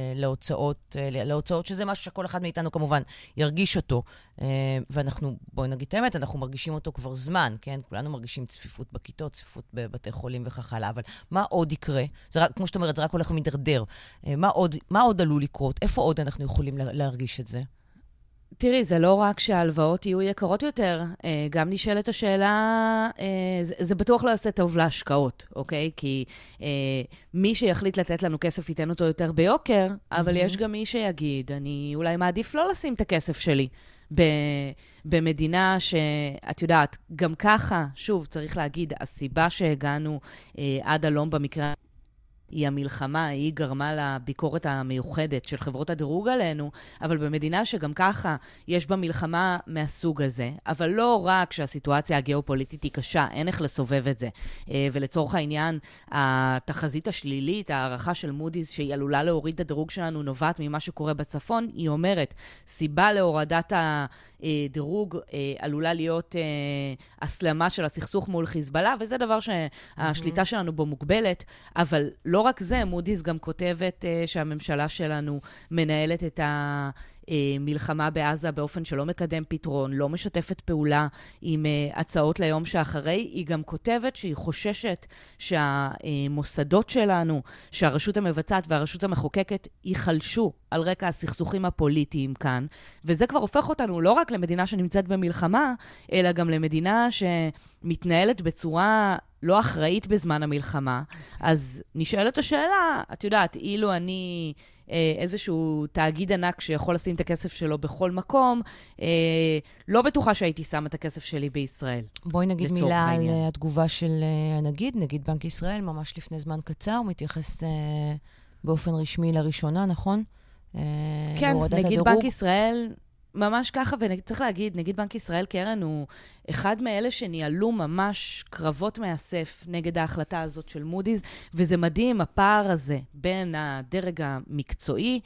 להוצאות, שזה משהו שכל אחד מאיתנו כמובן ירגיש אותו, ואנחנו, בואי נגיד את האמת, אנחנו מרגישים אותו כבר זמן, כן? כולנו מרגישים צפיפות בכיתות, צפיפות בבתי חולים וכך הלאה, אבל מה עוד יקרה? זה רק, כמו שאת אומרת, זה רק הולך ומתדרדר. מה עוד עלול לקרות? איפה עוד אנחנו יכולים להרגיש את זה? תראי, זה לא רק שההלוואות יהיו יקרות יותר, גם נשאלת השאלה, זה בטוח לא יעשה טוב להשקעות, אוקיי? כי מי שיחליט לתת לנו כסף ייתן אותו יותר ביוקר, אבל יש גם מי שיגיד, אני אולי מעדיף לא לשים את הכסף שלי במדינה שאת יודעת, גם ככה, שוב, צריך להגיד, הסיבה שהגענו עד הלום במקרה היא המלחמה, היא גרמה לביקורת המיוחדת של חברות הדירוג עלינו, אבל במדינה שגם ככה יש בה מלחמה מהסוג הזה, אבל לא רק שהסיטואציה הגיאופוליטית היא קשה, אין איך לסובב את זה. ולצורך העניין, התחזית השלילית, הערכה של מודי'ס, שהיא עלולה להוריד את הדירוג שלנו, נובעת ממה שקורה בצפון, היא אומרת, סיבה להורדת הדירוג עלולה להיות הסלמה של הסכסוך מול חיזבאללה, וזה דבר שהשליטה שלנו בו מוגבלת, אבל לא רק זה, מודי'ס גם כותבת שהממשלה שלנו מנהלת את המלחמה בעזה באופן שלא מקדם פתרון, לא משתפת פעולה עם הצעות ליום שאחרי. היא גם כותבת שהיא חוששת שהמוסדות שלנו, שהרשות המבצעת והרשות המחוקקת ייחלשו על רקע הסכסוכים הפוליטיים כאן, וזה כבר הופך אותנו לא רק למדינה שנמצאת במלחמה, אלא גם למדינה שמתנהלת בצורה לא אחראית בזמן המלחמה. אז נשאלת השאלה, את יודעת, אילו אני איזשהו תאגיד ענק שיכול לשים את הכסף שלו בכל מקום, לא בטוחה שהייתי שם את הכסף שלי בישראל. בואי נגיד מילה על התגובה של נגיד בנק ישראל, ממש לפני זמן קצר, הוא מתייחס באופן רשמי לראשונה, נכון? כן, נגיד בנק ישראל ממש ככה, וצריך להגיד, נגיד בנק ישראל קרן הוא אחד מאלה שניהלו ממש קרבות מאסף נגד ההחלטה הזאת של מודי'ס, וזה מדהים, הפער הזה בין הדרג המקצועי,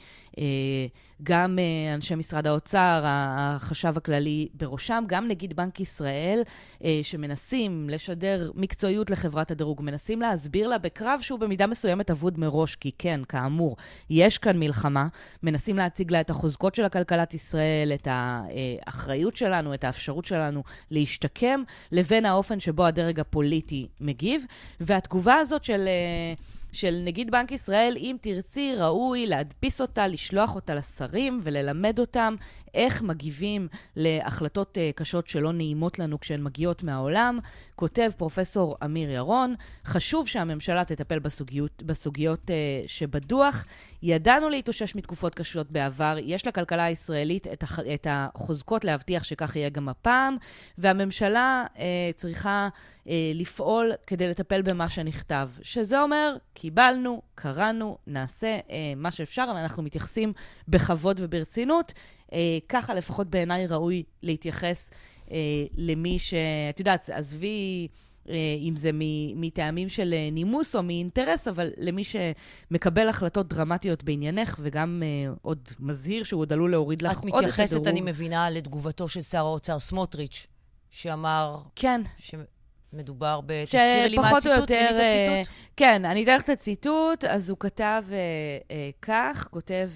גם אנשי משרד האוצר, החשב הכללי בראשם, גם נגיד בנק ישראל, שמנסים לשדר מקצועיות לחברת הדירוג, מנסים להסביר לה בקרב שהוא במידה מסוימת אבוד מראש, כי כן, כאמור, יש כאן מלחמה, מנסים להציג לה את החוזקות של הכלכלת ישראל, את האחריות שלנו, את האפשרות שלנו להשתקם, לבין האופן שבו הדרג הפוליטי מגיב, והתגובה הזאת של נגיד בנק ישראל, אם תרצי, ראוי להדפיס אותה, לשלוח אותה לשרים וללמד אותם איך מגיבים להחלטות קשות שלא נעימות לנו כשהן מגיעות מהעולם. כותב פרופסור אמיר ירון, חשוב שהממשלה תטפל בסוגיות שבדוח. ידענו להתאושש מתקופות קשות בעבר, יש לכלכלה הישראלית את החוזקות להבטיח שכך יהיה גם הפעם, והממשלה צריכה לפעול כדי לטפל במה שנכתב. שזה אומר, קיבלנו, קראנו, נעשה מה שאפשר, אבל אנחנו מתייחסים בכבוד וברצינות. ככה לפחות בעיניי ראוי להתייחס למי שאת יודעת, עזבי אם זה מטעמים של נימוס או מאינטרס, אבל למי שמקבל החלטות דרמטיות בעניינך, וגם עוד מזהיר שהוא עוד עלול להוריד לך עוד את הדירוג. את מתייחסת, אני מבינה, לתגובתו של שר האוצר סמוטריץ', שאמר כן. שמדובר בתזכיר לי מה הציטוט, כן, אני אתן לך את הציטוט, אז הוא כתב כך, כותב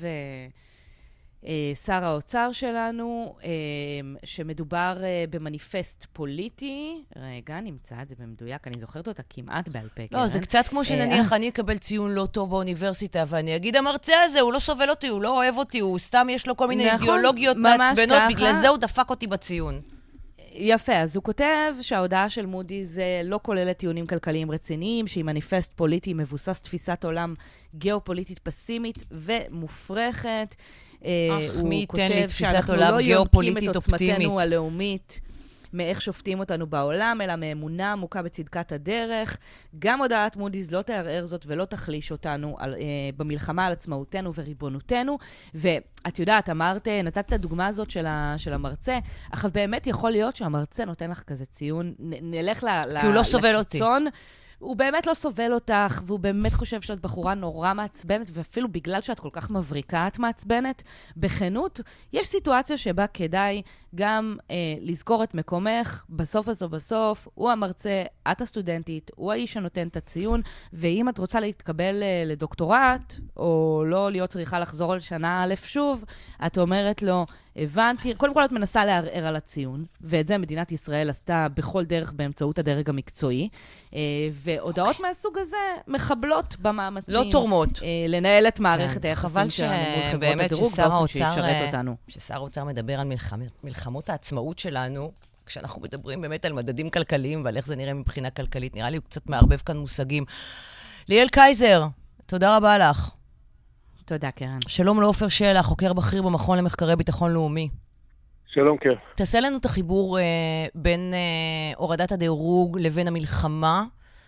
שר האוצר שלנו, שמדובר במניפסט פוליטי. רגע, נמצא את זה במדויק, אני זוכרת אותה כמעט בעל פה. לא, זה קצת כמו שנניח אני אקבל ציון לא טוב באוניברסיטה, ואני אגיד, המרצה הזה, הוא לא סובל אותי, הוא לא אוהב אותי, הוא סתם יש לו כל מיני אידיאולוגיות מעצבנות, בגלל זה הוא דפק אותי בציון. יפה, אז הוא כותב שההודעה של מודי'ס לא כוללת טיעונים כלכליים רציניים, שהיא מניפסט פוליטי מבוסס תפיסת עולם גיאופוליטית פסימית ומופרכת. אך מי ייתן לי תפיסת עולם גיאופוליטית אופטימית. הלאומית מאיך שופטים אותנו בעולם, אלא מאמונה עמוקה בצדקת הדרך. גם הודעת מודי'ס לא תערער זאת ולא תחליש אותנו במלחמה על עצמאותנו וריבונותנו. ואת יודעת, נתת את הדוגמה הזאת של המרצה, אך באמת יכול להיות שהמרצה נותן לך כזה ציון, נלך כי הוא לא סובל אותי. הוא באמת לא סובל אותך, והוא באמת חושב שאת בחורה נורא מעצבנת, ואפילו בגלל שאת כל כך מבריקה, את מעצבנת. בכנות, יש סיטואציה שבה כדאי גם לזכור את מקומך, בסוף, הוא המרצה, את הסטודנטית, הוא האיש שנותן את הציון, ואם את רוצה להתקבל לדוקטורט, או לא להיות צריכה לחזור על שנה א' שוב, את אומרת לו, הבנתי, קודם כל את מנסה לערער על הציון, ואת זה מדינת ישראל עשתה בכל דרך באמצעות הדרג המקצועי, והודעות מהסוג הזה מחבלות במאמצים. לא תורמות. לנהל את מערכת היחסים שלנו מול חברות הדירוג באופן שישרת אותנו. כששר האוצר מדבר על מלחמות העצמאות שלנו, כשאנחנו מדברים באמת על מדדים כלכליים ועל איך זה נראה מבחינה כלכלית, נראה לי הוא קצת מערבב כאן מושגים. ליאל קייזר, תודה רבה לך. תודה, קרן. שלום לעופר שלח, חוקר בכיר במכון למחקרי ביטחון לאומי. שלום, קרן. תעשה לנו את החיבור בין הורדת הדירוג לבין המלחמה.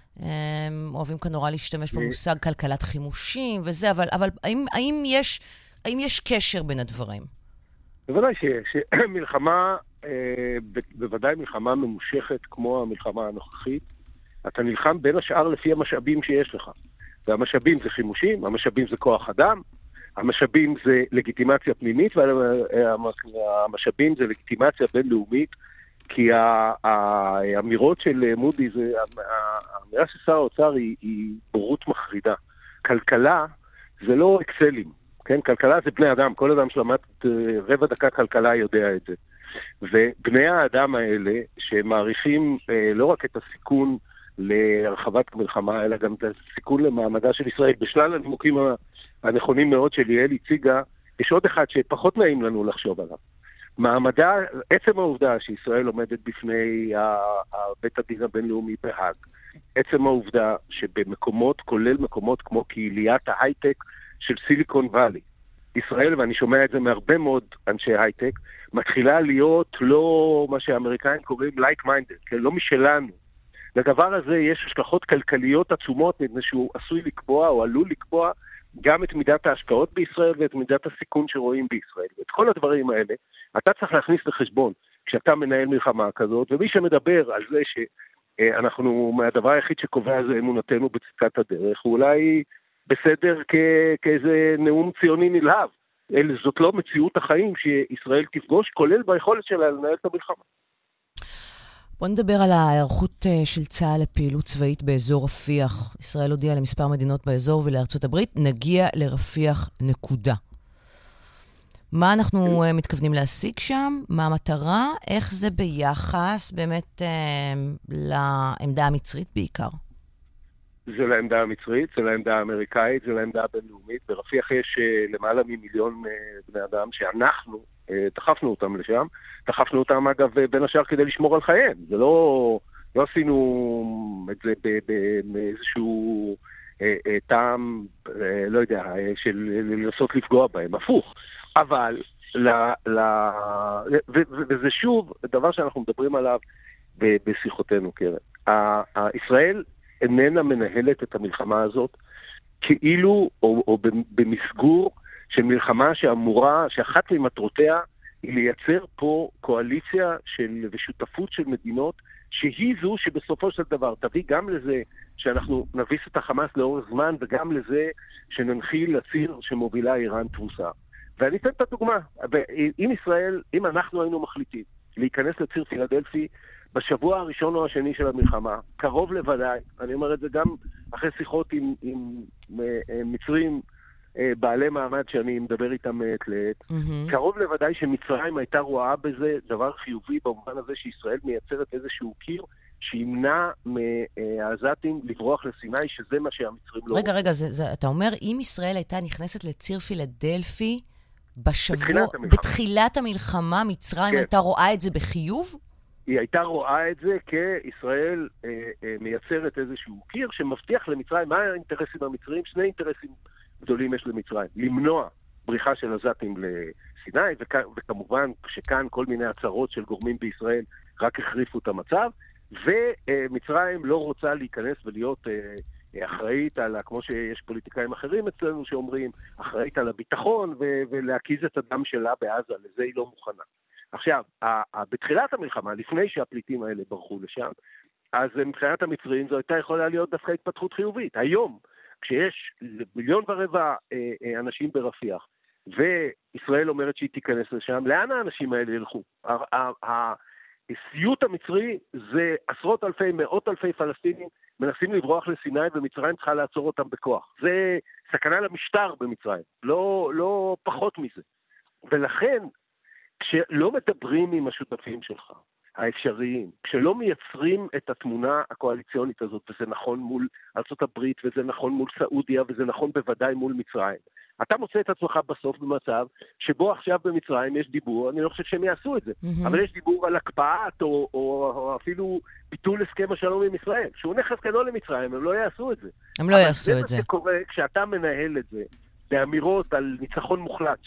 אוהבים כאן נורא להשתמש במושג כלכלת חימושים וזה, אבל האם יש קשר בין הדברים? בוודאי שיש. מלחמה, בוודאי מלחמה ממושכת כמו המלחמה הנוכחית, אתה נלחם בין השאר לפי המשאבים שיש לך. והמשאבים זה חימושים, המשאבים זה כוח אדם, המשאבים זה לגיטימציה פנימית, והמשאבים זה לגיטימציה בינלאומית, כי האמירות של מודי, האמירה של שר האוצר היא בורות מחרידה. כלכלה זה לא אקסלים, כן? כלכלה זה בני אדם, כל אדם שלמד רבע דקה כלכלה יודע את זה. ובני האדם האלה שמעריכים לא רק את הסיכון להרחבת המלחמה, אלא גם את הסיכון למעמדה של ישראל, בשלל הנימוקים הנכונים מאוד של ליאל הציגה, יש עוד אחד שפחות נעים לנו לחשוב עליו. מעמדה, עצם העובדה שישראל עומדת בפני בית הדין הבינלאומי בהאג, עצם העובדה שבמקומות, כולל מקומות כמו קהיליית ההייטק של סיליקון ואלי, ישראל, ואני שומע את זה מהרבה מאוד אנשי הייטק, מתחילה להיות לא מה שהאמריקאים קוראים like-minded, כן? לא משלנו. לדבר הזה יש השלכות כלכליות עצומות, מפני שהוא עשוי לקבוע או עלול לקבוע גם את מידת ההשקעות בישראל ואת מידת הסיכון שרואים בישראל. ואת כל הדברים האלה אתה צריך להכניס לחשבון כשאתה מנהל מלחמה כזאת, ומי שמדבר על זה שאנחנו, הדבר היחיד שקובע זה אמונתנו בצדקת הדרך, הוא אולי בסדר כאיזה נאום ציוני נלהב. זאת לא מציאות החיים שישראל תפגוש, כולל ביכולת שלה לנהל את המלחמה. בוא נדבר על ההיערכות של צה"ל לפעילות צבאית באזור רפיח. ישראל הודיעה למספר מדינות באזור ולארצות הברית, נגיע לרפיח נקודה. מה אנחנו מתכוונים להשיג שם? מה המטרה? איך זה ביחס באמת לעמדה המצרית בעיקר? זה לעמדה המצרית, זה לעמדה האמריקאית, זה לעמדה הבינלאומית. ברפיח יש למעלה ממיליון בני אדם שאנחנו דחפנו אותם לשם. דחפנו אותם אגב בין השאר כדי לשמור על חייהם. זה לא עשינו את זה באיזשהו טעם, לא יודע, של לנסות לפגוע בהם, הפוך. אבל, וזה שוב דבר שאנחנו מדברים עליו בשיחותינו, קרן. ישראל איננה מנהלת את המלחמה הזאת כאילו, או במסגור של מלחמה שאמורה, שאחת ממטרותיה היא לייצר פה קואליציה ושותפות של מדינות, שהיא זו שבסופו של דבר תביא גם לזה שאנחנו נביס את החמאס לאורך זמן, וגם לזה שננחיל לציר שמובילה איראן תבוסה. ואני אתן את הדוגמה. אם אנחנו היינו מחליטים להיכנס לציר פילדלפי בשבוע הראשון או השני של המלחמה, קרוב לוודאי, אני אומר את זה גם אחרי שיחות עם מצרים בעלי מעמד שאני מדבר איתם מעת לעת, קרוב לוודאי שמצרים הייתה רואה בזה דבר חיובי במובן הזה שישראל מייצרת איזשהו קיר שימנע מהעזתים לברוח לסיני, שזה מה שהמצרים לא... רגע, אתה אומר, אם ישראל הייתה נכנסת לציר פילדלפי בתחילת המלחמה, מצרים הייתה רואה את זה בחיוב? היא הייתה רואה את זה כישראל מייצרת איזשהו קיר שמבטיח למצרים, מה האינטרסים המצרים? שני אינטרסים גדולים יש למצרים. למנוע בריחה של עזתים לסיני, וכמובן שכאן כל מיני הצהרות של גורמים בישראל רק החריפו את המצב, ומצרים לא רוצה להיכנס ולהיות אחראית על, כמו שיש פוליטיקאים אחרים אצלנו שאומרים, אחראית על הביטחון ולהקיז את הדם שלה בעזה, לזה היא לא מוכנה. עכשיו, בתחילת המלחמה, לפני שהפליטים האלה ברחו לשם, אז מבחינת המצרים זו הייתה יכולה להיות דווקא התפתחות חיובית. היום, כשיש 1.25 מיליון אנשים ברפיח, וישראל אומרת שהיא תיכנס לשם, לאן האנשים האלה ילכו? הסיוט המצרי זה עשרות אלפי, מאות אלפי פלסטינים מנסים לברוח לסיני, ומצרים צריכה לעצור אותם בכוח. זה סכנה למשטר במצרים, לא פחות מזה. ולכן, כשלא מדברים עם השותפים שלך, האפשריים, כשלא מייצרים את התמונה הקואליציונית הזאת, וזה נכון מול ארצות הברית, וזה נכון מול סעודיה, וזה נכון בוודאי מול מצרים, אתה מוצא את עצמך בסוף במצב שבו עכשיו במצרים יש דיבור, אני לא חושב שהם יעשו את זה, אבל יש דיבור על הקפאת או אפילו ביטול הסכם השלום עם ישראל, שהוא נכס גדול למצרים, הם לא יעשו את זה. הם לא יעשו את זה. זה מה שקורה כשאתה מנהל את זה, באמירות על ניצחון מוחלט,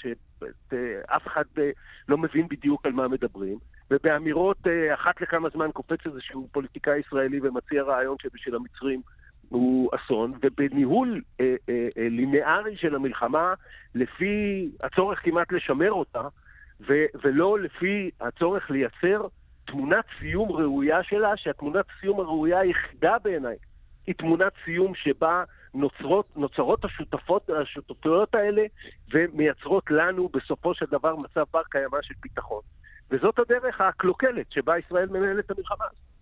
שאף אחד לא מבין בדיוק על מה מדברים, ובאמירות אחת לכמה זמן קופץ איזשהו פוליטיקאי ישראלי ומציע רעיון שבשביל המצרים הוא אסון, ובניהול לינארי של המלחמה, לפי הצורך כמעט לשמר אותה, ולא לפי הצורך לייצר תמונת סיום ראויה שלה, שהתמונת סיום הראויה היחידה בעיניי, היא תמונת סיום שבה נוצרות השותפויות האלה, ומייצרות לנו בסופו של דבר מצב בר קיימא של ביטחון. וזאת הדרך הקלוקלת שבה ישראל מנהלת את המלחמה.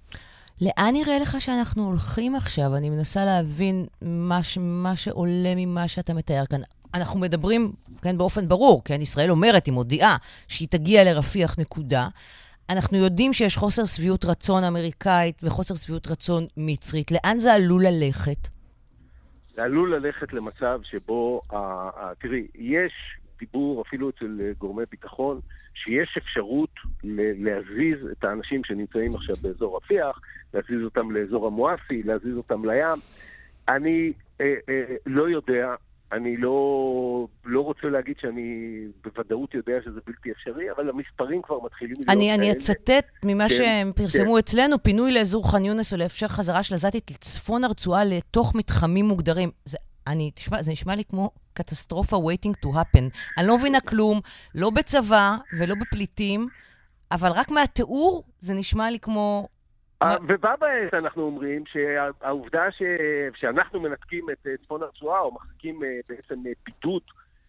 לאן נראה לך שאנחנו הולכים עכשיו? אני מנסה להבין מה שעולה ממה שאתה מתאר כאן. אנחנו מדברים, כן, באופן ברור, כן, ישראל אומרת, היא מודיעה שהיא תגיע לרפיח נקודה. אנחנו יודעים שיש חוסר שביעות רצון אמריקאית וחוסר שביעות רצון מצרית. לאן זה עלול ללכת? זה עלול ללכת למצב שבו, תראי, יש דיבור אפילו אצל גורמי ביטחון, שיש אפשרות להזיז את האנשים שנמצאים עכשיו באזור רפיח, להזיז אותם לאזור המואסי, להזיז אותם לים. אני לא יודע, אני לא רוצה להגיד שאני בוודאות יודע שזה בלתי אפשרי, אבל המספרים כבר מתחילים להיות כאלה. אני אצטט ממה שהם פרסמו אצלנו, פינוי לאזור ח'אן יונס או לאפשר חזרה של עזתית לצפון הרצועה לתוך מתחמים מוגדרים. זה נשמע לי כמו קטסטרופה waiting to happen. אני לא מבינה כלום, לא בצבא ולא בפליטים, אבל רק מהתיאור זה נשמע לי כמו... ובבית אנחנו אומרים שהעובדה שאנחנו מנתקים את צפון הרצועה, או מחזיקים בעצם בידוד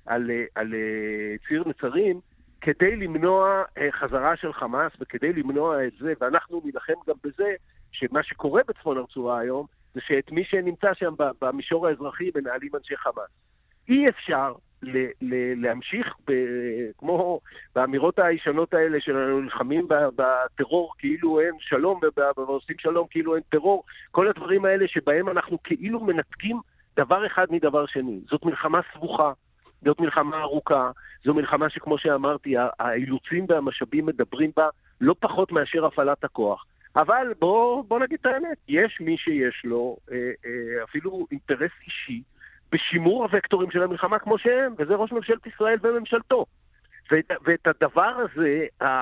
על ציר נצרים, כדי למנוע חזרה של חמאס, וכדי למנוע את זה, ואנחנו נלחם גם בזה, שמה שקורה בצפון הרצועה היום, זה שאת מי שנמצא שם במישור האזרחי מנהלים אנשי חמאס. אי אפשר להמשיך כמו באמירות הישנות האלה שלנו נלחמים בטרור כאילו אין שלום, ועושים שלום כאילו אין טרור, כל הדברים האלה שבהם אנחנו כאילו מנתקים דבר אחד מדבר שני. זאת מלחמה סבוכה, זאת מלחמה ארוכה, זו מלחמה שכמו שאמרתי, האילוצים והמשאבים מדברים בה לא פחות מאשר הפעלת הכוח. אבל בוא נגיד את האמת, יש מי שיש לו אפילו אינטרס אישי בשימור הוקטורים של המלחמה כמו שהם, וזה ראש ממשלת ישראל וממשלתו. ואת הדבר הזה,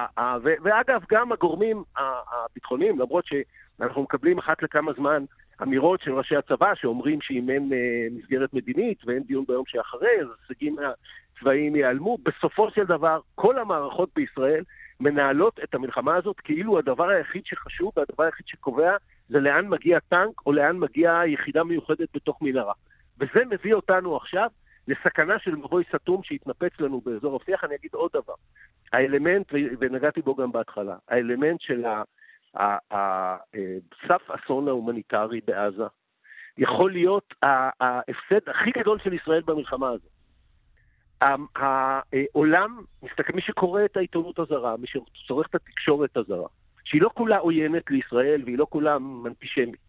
ואגב גם הגורמים הביטחוניים, למרות שאנחנו מקבלים אחת לכמה זמן אמירות של ראשי הצבא שאומרים שאם אין מסגרת מדינית ואין דיון ביום שאחרי, אז הישגים הצבאיים ייעלמו, בסופו של דבר כל המערכות בישראל מנהלות את המלחמה הזאת כאילו הדבר היחיד שחשוב והדבר היחיד שקובע זה לאן מגיע טנק או לאן מגיעה יחידה מיוחדת בתוך מנהרה. וזה מביא אותנו עכשיו לסכנה של מבוי סתום שהתנפץ לנו באזור רפיח. אני אגיד עוד דבר. האלמנט, ונגעתי בו גם בהתחלה, האלמנט של סף אסון ההומניטרי בעזה, יכול להיות ההפסד הכי גדול של ישראל במלחמה הזאת. העולם, מי שקורא את העיתונות הזרה, מי שצורך את התקשורת הזרה, שהיא לא כולה עוינת לישראל והיא לא כולה אנטישמית,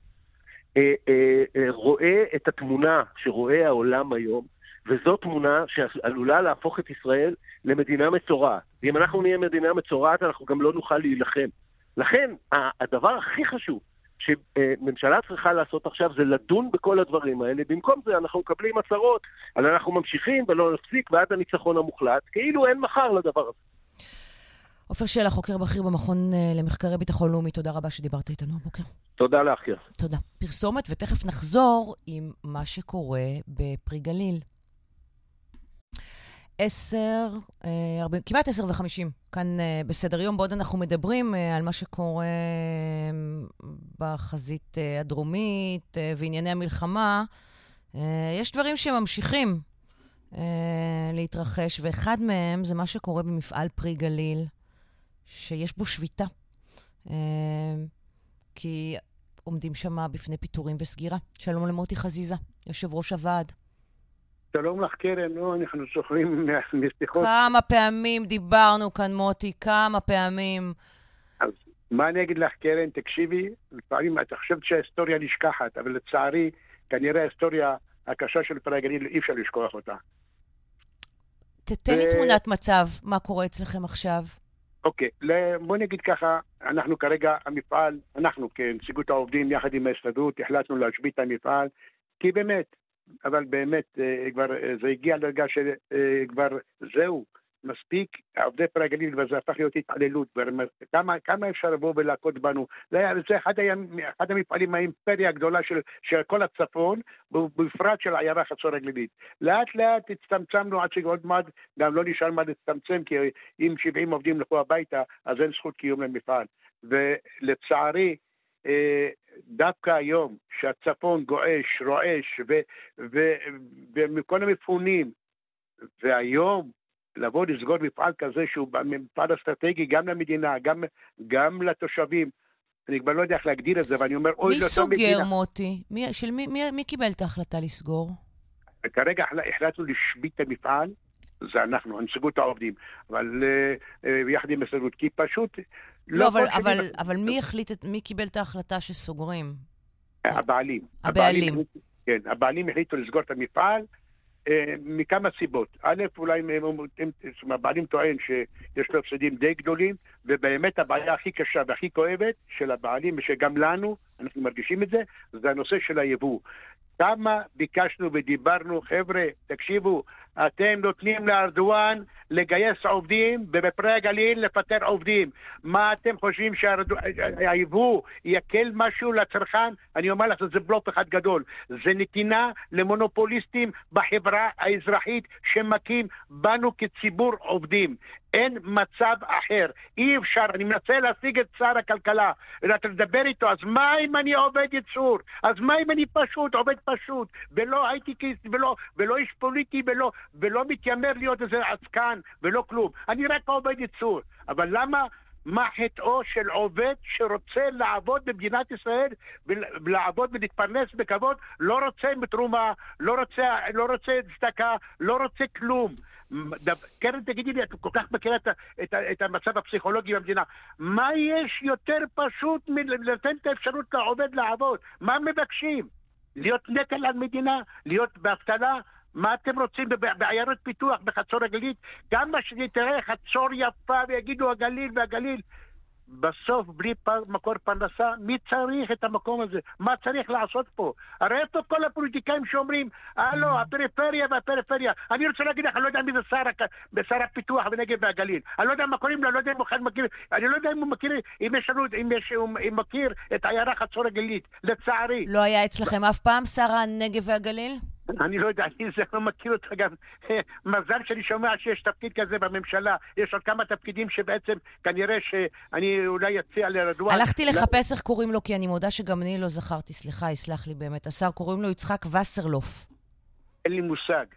רואה את התמונה שרואה העולם היום, וזו תמונה שעלולה להפוך את ישראל למדינה מצורעת. ואם אנחנו נהיה מדינה מצורעת, אנחנו גם לא נוכל להילחם. לכן, הדבר הכי חשוב שממשלה צריכה לעשות עכשיו זה לדון בכל הדברים האלה. במקום זה אנחנו מקבלים הצהרות, אבל אנחנו ממשיכים ולא נפסיק ועד הניצחון המוחלט, כאילו אין מחר לדבר הזה. עופר שלח, חוקר בכיר במכון למחקרי ביטחון לאומי, תודה רבה שדיברת איתנו הבוקר. תודה לך. תודה. פרסומת ותכף נחזור עם מה שקורה בפרי גליל. כמעט 10:50, כאן בסדר יום, בעוד אנחנו מדברים על מה שקורה בחזית הדרומית וענייני המלחמה, יש דברים שממשיכים להתרחש, ואחד מהם זה מה שקורה במפעל פרי גליל, שיש בו שביתה, כי עומדים שם בפני פיטורים וסגירה. שלום למוטי חזיזה, יושב ראש הוועד. שלום לך קרן, אנחנו זוכרים משיחות. כמה פעמים דיברנו כאן מוטי, כמה פעמים. אז מה אני אגיד לך קרן, תקשיבי, לפעמים את חושבת שההיסטוריה נשכחת, אבל לצערי כנראה ההיסטוריה הקשה של פרי גליל אי אפשר לשכוח אותה. תתן לי תמונת מצב, מה קורה אצלכם עכשיו? אוקיי, בוא נגיד ככה, אנחנו כרגע המפעל, אנחנו כנציגות העובדים יחד עם ההסתדרות, החלטנו להשבית את המפעל, כי באמת, אבל באמת כבר זה הגיע לרגע שכבר זהו, מספיק עובדי פרי גליל, וזה הפך להיות התעללות. כמה אפשר לבוא ולהכות בנו? זה אחד המפעלים, האימפריה הגדולה של כל הצפון, בפרט של העיירה חצור הגלילית. לאט לאט הצטמצמנו עד שעוד מעט גם לא נשאר מה להצטמצם, כי אם 70 עובדים לכו הביתה, אז אין זכות קיום למפעל. ולצערי, דווקא היום שהצפון גועש, רועש, ומכל המפונים, והיום לבוא לסגור מפעל כזה שהוא מפעל אסטרטגי גם למדינה, גם לתושבים, אני כבר לא יודע איך להגדיר את זה, ואני אומר, אוי, מי סוגר, מוטי? מי קיבל את ההחלטה לסגור? כרגע החלטנו לשבית את המפעל, זה אנחנו, הנציגות העובדים, אבל יחד עם הסתדרות, כי פשוט לא, אבל מי קיבל את ההחלטה שסוגרים? הבעלים. כן, הבעלים החליטו לסגור את המפעל, מכמה סיבות. א', אולי הבעלים טוען שיש לו הפסדים די גדולים, ובאמת הבעיה הכי קשה והכי כואבת של הבעלים, ושגם לנו, אנחנו מרגישים את זה, זה הנושא של היבוא. כמה ביקשנו ודיברנו, חבר'ה, תקשיבו, אתם נותנים לארדואן לגייס עובדים, ובפרי הגליל לפטר עובדים. מה אתם חושבים שהיבוא יקל משהו לצרכן? אני אומר לך, זה בלוף אחד גדול. זה נתינה למונופוליסטים בחברה האזרחית שמקים בנו כציבור עובדים. אין מצב אחר. אי אפשר, אני מנסה להשיג את שר הכלכלה, ואתה לדבר איתו, אז מה אם אני עובד יצור? אז מה אם אני פשוט, עובד פשוט, ולא הייטיקיסט, ולא איש פוליטי, ולא מתיימר להיות איזה עסקן, ולא כלום. אני רק עובד יצור. אבל למה? מה חטאו של עובד שרוצה לעבוד במדינת ישראל, ולעבוד ולהתפרנס בכבוד, לא רוצה בתרומה, לא רוצה צדקה, לא רוצה כלום. קרן, תגידי לי, את כל כך מכירה את המצב הפסיכולוגי במדינה, מה יש יותר פשוט מלתן את האפשרות לעובד לעבוד? מה מבקשים? להיות נטל על מדינה? להיות באבטלה? מה אתם רוצים בעיירות פיתוח בחצור הגלילית? כמה שתראה חצור יפה ויגידו הגליל והגליל, בסוף בלי מקור פרנסה, מי צריך את המקום הזה? מה צריך לעשות פה? הרי איפה כל הפוליטיקאים שאומרים, הלו, הפריפריה והפריפריה. אני רוצה להגיד לך, אני לא יודע מי זה שר הפיתוח בנגב והגליל. אני לא יודע מה קוראים לו, אני לא יודע אם הוא מכיר, אני לא יודע אם הוא מכיר, אם מכיר את העיירה חצור הגלילית. לצערי. לא היה אצלכם אף פעם שר הנגב והגליל? אני לא יודע, אני לא מכיר אותך גם. מזל שאני שומע שיש תפקיד כזה בממשלה. יש עוד כמה תפקידים שבעצם כנראה שאני אולי אציע לרדואן. הלכתי לחפש איך קוראים לו, כי אני מודה שגם אני לא זכרתי, סליחה, יסלח לי באמת. השר קוראים לו יצחק וסרלוף. אין לי מושג.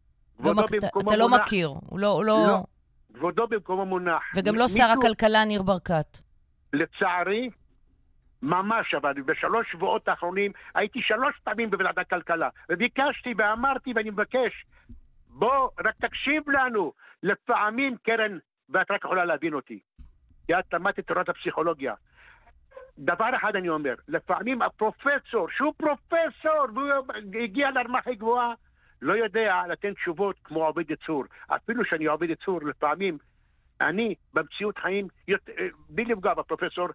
אתה לא מכיר. לא. כבודו במקומו מונח. וגם לא שר הכלכלה ניר ברקת. לצערי, ממש, אבל בשלוש שבועות האחרונים הייתי 3 פעמים בוועדת הכלכלה, וביקשתי ואמרתי ואני מבקש, בוא, רק תקשיב לנו. לפעמים, קרן, ואת רק יכולה להבין אותי, כי את למדת תורת הפסיכולוגיה. דבר אחד אני אומר, לפעמים הפרופסור, שהוא פרופסור והוא הגיע לרמה הכי גבוהה, לא יודע לתת תשובות כמו עובד יצור. אפילו שאני עובד יצור, לפעמים אני במציאות חיים, בלי לפגוע בפרופסור,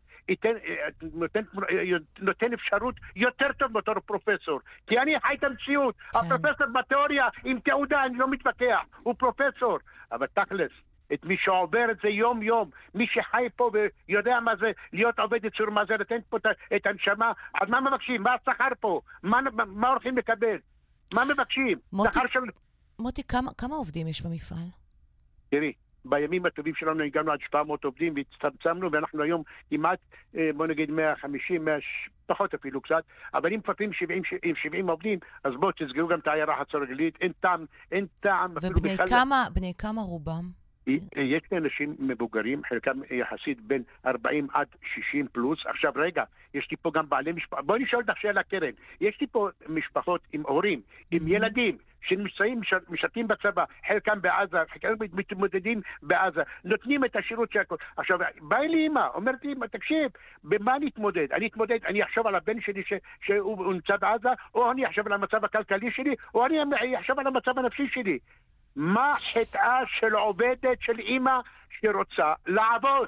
נותן אפשרות יותר טוב בתור פרופסור. כי אני חי את המציאות. הפרופסור בתיאוריה עם תעודה, אני לא מתווכח. הוא פרופסור. אבל תכלס, את מי שעובר את זה יום-יום, מי שחי פה ויודע מה זה להיות עובד יצור, מה זה לתת פה את הנשמה. אז מה מבקשים? מה השכר פה? מה הולכים לקבל? מה מבקשים? מוטי, כמה עובדים יש במפעל? תראי, בימים הטובים שלנו הגענו עד 700 עובדים והצטמצמנו, ואנחנו היום כמעט, בוא נגיד 150, פחות אפילו קצת, אבל אם כפפים 70 עובדים, אז בואו תסגרו גם את העיירה חצור הגלילית, אין טעם. ובני כמה רובם? יש אנשים מבוגרים, חלקם יחסית בין 40 עד 60 פלוס. עכשיו רגע, יש לי פה גם בעלי משפחה. בואי נשאול אותך שאלה, קרן. יש לי פה משפחות עם הורים, עם ילדים, שמשרתים בצבא, חלקם בעזה, חלקם מתמודדים בעזה, נותנים את השירות של הכל. עכשיו, באה לי אמא, אומרת לי, תקשיב, במה אני אתמודד? אני אחשוב על הבן שלי שהוא נמצא בעזה, או אני אחשוב על המצב הכלכלי שלי, או אני אחשוב על המצב הנפשי שלי. מה חטאה של עובדת, של אמא שרוצה לעבוד?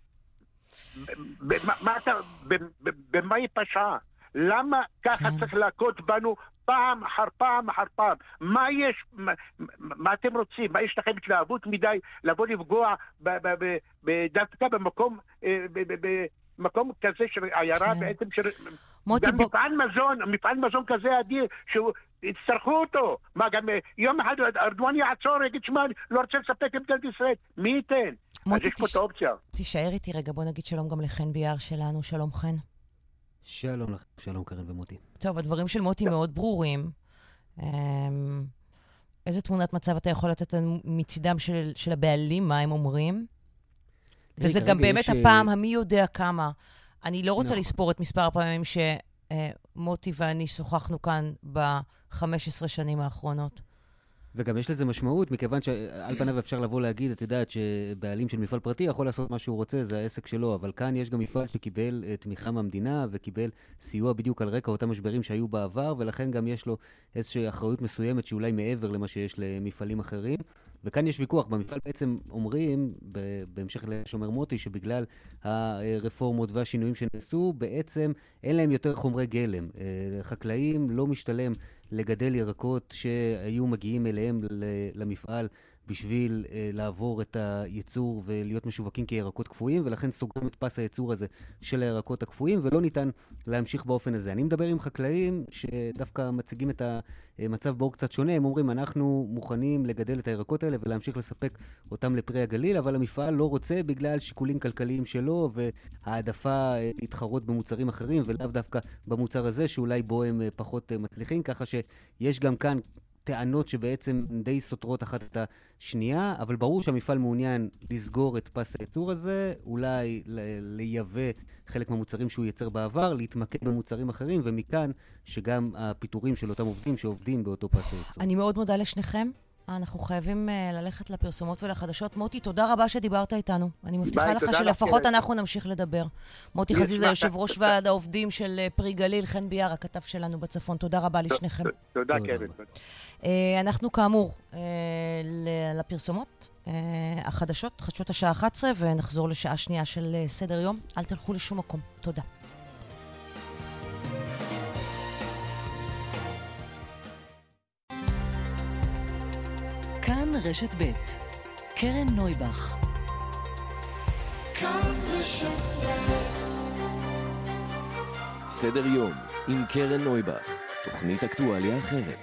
במה היא פשעה? למה ככה צריך להכות בנו פעם אחר פעם אחר פעם? מה אתם רוצים? מה יש לכם התלהבות מדי לבוא לפגוע דווקא במקום כזה של עיירה בעצם של... גם מפעל מזון כזה אדיר שיצטרכו אותו. מה גם יום אחד ארדואן יעצור, יגיד שמע, לא רוצה לספק למדינת ישראל. מי ייתן? אז יש פה את האופציה. תישאר איתי רגע, בוא נגיד שלום גם לחן ביאר שלנו. שלום חן. שלום לך, שלום קרן ומוטי. טוב, הדברים של מוטי מאוד ברורים. איזה תמונת מצב אתה יכול לתת מצידם של הבעלים, מה הם אומרים? וזה גם באמת הפעם, המי יודע כמה. אני לא רוצה לספור את מספר הפעמים שמוטי ואני שוחחנו כאן ב-15 שנים האחרונות. וגם יש לזה משמעות, מכיוון שעל פניו אפשר לבוא להגיד, את יודעת שבעלים של מפעל פרטי יכול לעשות מה שהוא רוצה, זה העסק שלו, אבל כאן יש גם מפעל שקיבל תמיכה מהמדינה, וקיבל סיוע בדיוק על רקע אותם משברים שהיו בעבר, ולכן גם יש לו איזושהי אחריות מסוימת שאולי מעבר למה שיש למפעלים אחרים. וכאן יש ויכוח, במפעל בעצם אומרים, בהמשך לשומר מוטי, שבגלל הרפורמות והשינויים שנעשו, בעצם אין להם יותר חומרי גלם. חקלאים לא משתלם לגדל ירקות שהיו מגיעים אליהם למפעל בשביל לעבור את הייצור ולהיות משווקים כירקות קפואים, ולכן סוגרים את פס הייצור הזה של הירקות הקפואים, ולא ניתן להמשיך באופן הזה. אני מדבר עם חקלאים שדווקא מציגים את המצב באור קצת שונה, הם אומרים, אנחנו מוכנים לגדל את הירקות האלה ולהמשיך לספק אותם לפרי הגליל, אבל המפעל לא רוצה בגלל שיקולים כלכליים שלו, והעדפה להתחרות במוצרים אחרים, ולאו דווקא במוצר הזה, שאולי בו הם פחות מצליחים, ככה שיש גם כאן טענות שבעצם די סותרות אחת את השנייה, אבל ברור שהמפעל מעוניין לסגור את פס הייצור הזה, אולי לייבא חלק מהמוצרים שהוא ייצר בעבר, להתמקד במוצרים אחרים, ומכאן שגם הפיטורים של אותם עובדים שעובדים באותו פס הייצור. אני מאוד מודה לשניכם. אנחנו חייבים ללכת לפרסומות ולחדשות. מוטי, תודה רבה שדיברת איתנו. אני מבטיחה לך שלפחות אנחנו נמשיך לדבר. מוטי חזיזה, יושב ראש ועד העובדים של פרי גליל, חן ביאר, הכתב שלנו בצפון. תודה רבה לשניכם. תודה, קרן. אנחנו כאמור לפרסומות, החדשות, חדשות השעה 11, ונחזור לשעה שנייה של סדר יום. אל תלכו לשום מקום. תודה. כאן רשת ב' קרן נויבך. כאן רשת ב'. סדר יום עם קרן נויבך, תוכנית אקטואליה אחרת.